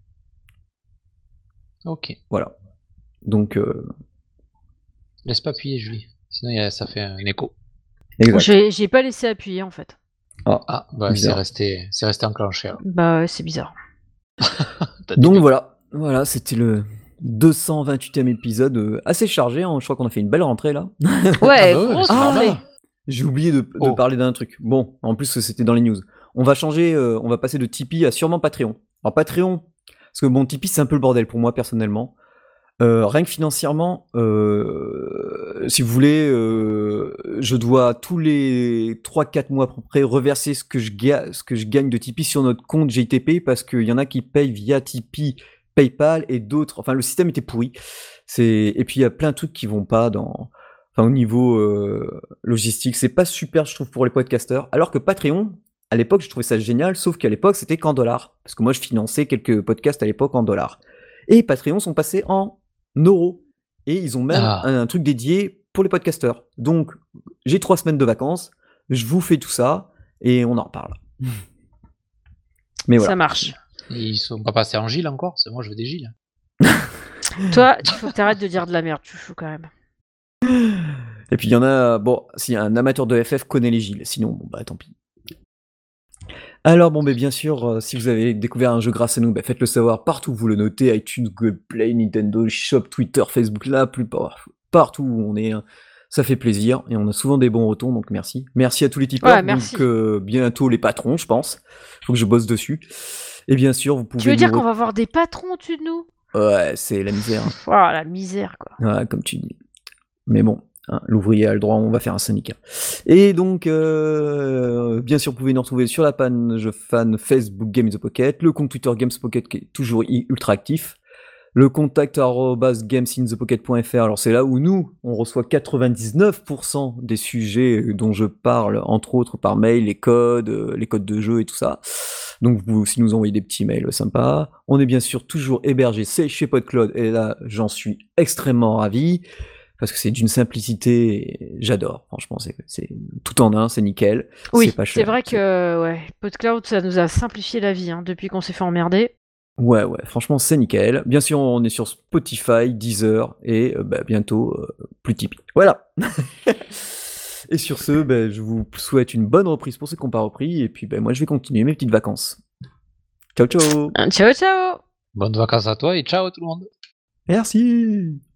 Ok. Voilà. Donc, Laisse pas appuyer, Julie. Sinon, ça fait un écho. exact. J'ai pas laissé appuyer, en fait. Ah, bah c'est Bizarre. resté enclenché. Alors. Bah, c'est bizarre. Donc voilà, c'était le 228e épisode, assez chargé, hein. Je crois qu'on a fait une belle rentrée là. Ouais, Ah bah ouais, grosse c'est rentrée. normal. J'ai oublié de parler d'un truc. Bon, en plus c'était dans les news. On va changer, on va passer de Tipeee à sûrement Patreon. Alors Patreon, parce que bon, Tipeee c'est un peu le bordel pour moi personnellement. Rien que financièrement, si vous voulez, je dois tous les 3-4 mois à peu près reverser ce que je gagne de Tipeee sur notre compte GTP, parce qu'il y en a qui payent via Tipeee, PayPal, et d'autres. Enfin, le système était pourri. Et puis il y a plein de trucs qui vont pas au niveau logistique. C'est pas super, je trouve, pour les podcasteurs. Alors que Patreon, à l'époque, je trouvais ça génial, sauf qu'à l'époque, c'était qu'en dollars. Parce que moi, je finançais quelques podcasts à l'époque en dollars. Et Patreon sont passés en euros. Et ils ont même un truc dédié pour les podcasteurs. Donc, j'ai 3 semaines de vacances, je vous fais tout ça, et on en reparle. Mais voilà. Ça marche. Ils sont pas passés en Gilles encore, c'est moi je veux des Gilles. Toi, il faut que t'arrêtes de dire de la merde, tu fous quand même. Et puis il y en a, bon, si un amateur de FF connaît les Gilles, sinon, bon bah tant pis. Alors bon, mais bien sûr, si vous avez découvert un jeu grâce à nous, faites-le savoir partout où vous le notez, iTunes, Google Play, Nintendo Shop, Twitter, Facebook, la plupart, partout où on est. Ça fait plaisir et on a souvent des bons retours, donc merci. Merci à tous les tipeurs. Ouais, merci. Donc bientôt les patrons, je pense. Faut que je bosse dessus. Et bien sûr, vous pouvez. Tu veux dire nous qu'on va avoir des patrons au-dessus de nous? Ouais, c'est la misère. Oh, la misère, quoi. Ouais, comme tu dis. Mais bon, hein, l'ouvrier a le droit, on va faire un syndicat. Et donc, bien sûr, vous pouvez nous retrouver sur la page fan Facebook Game in the Pocket, le compte Twitter Games Pocket qui est toujours ultra actif, le contact @gamesinthepocket.fr. Alors c'est là où nous, on reçoit 99% des sujets dont je parle, entre autres par mail, les codes de jeu et tout ça. Donc vous pouvez aussi nous envoyer des petits mails sympas. On est bien sûr toujours hébergé, c'est chez PodCloud, et là j'en suis extrêmement ravi, parce que c'est d'une simplicité, j'adore, franchement, c'est tout en un, c'est nickel, Oui, c'est pas cher. c'est vrai que ouais, PodCloud, ça nous a simplifié la vie depuis qu'on s'est fait emmerder. Ouais, franchement, c'est nickel. Bien sûr, on est sur Spotify, Deezer et bientôt plus Tipeee. Voilà. Et sur ce, je vous souhaite une bonne reprise pour ceux qui n'ont pas repris. Et puis, moi, je vais continuer mes petites vacances. Ciao, ciao. Ciao, ciao. Bonnes vacances à toi et ciao tout le monde. Merci.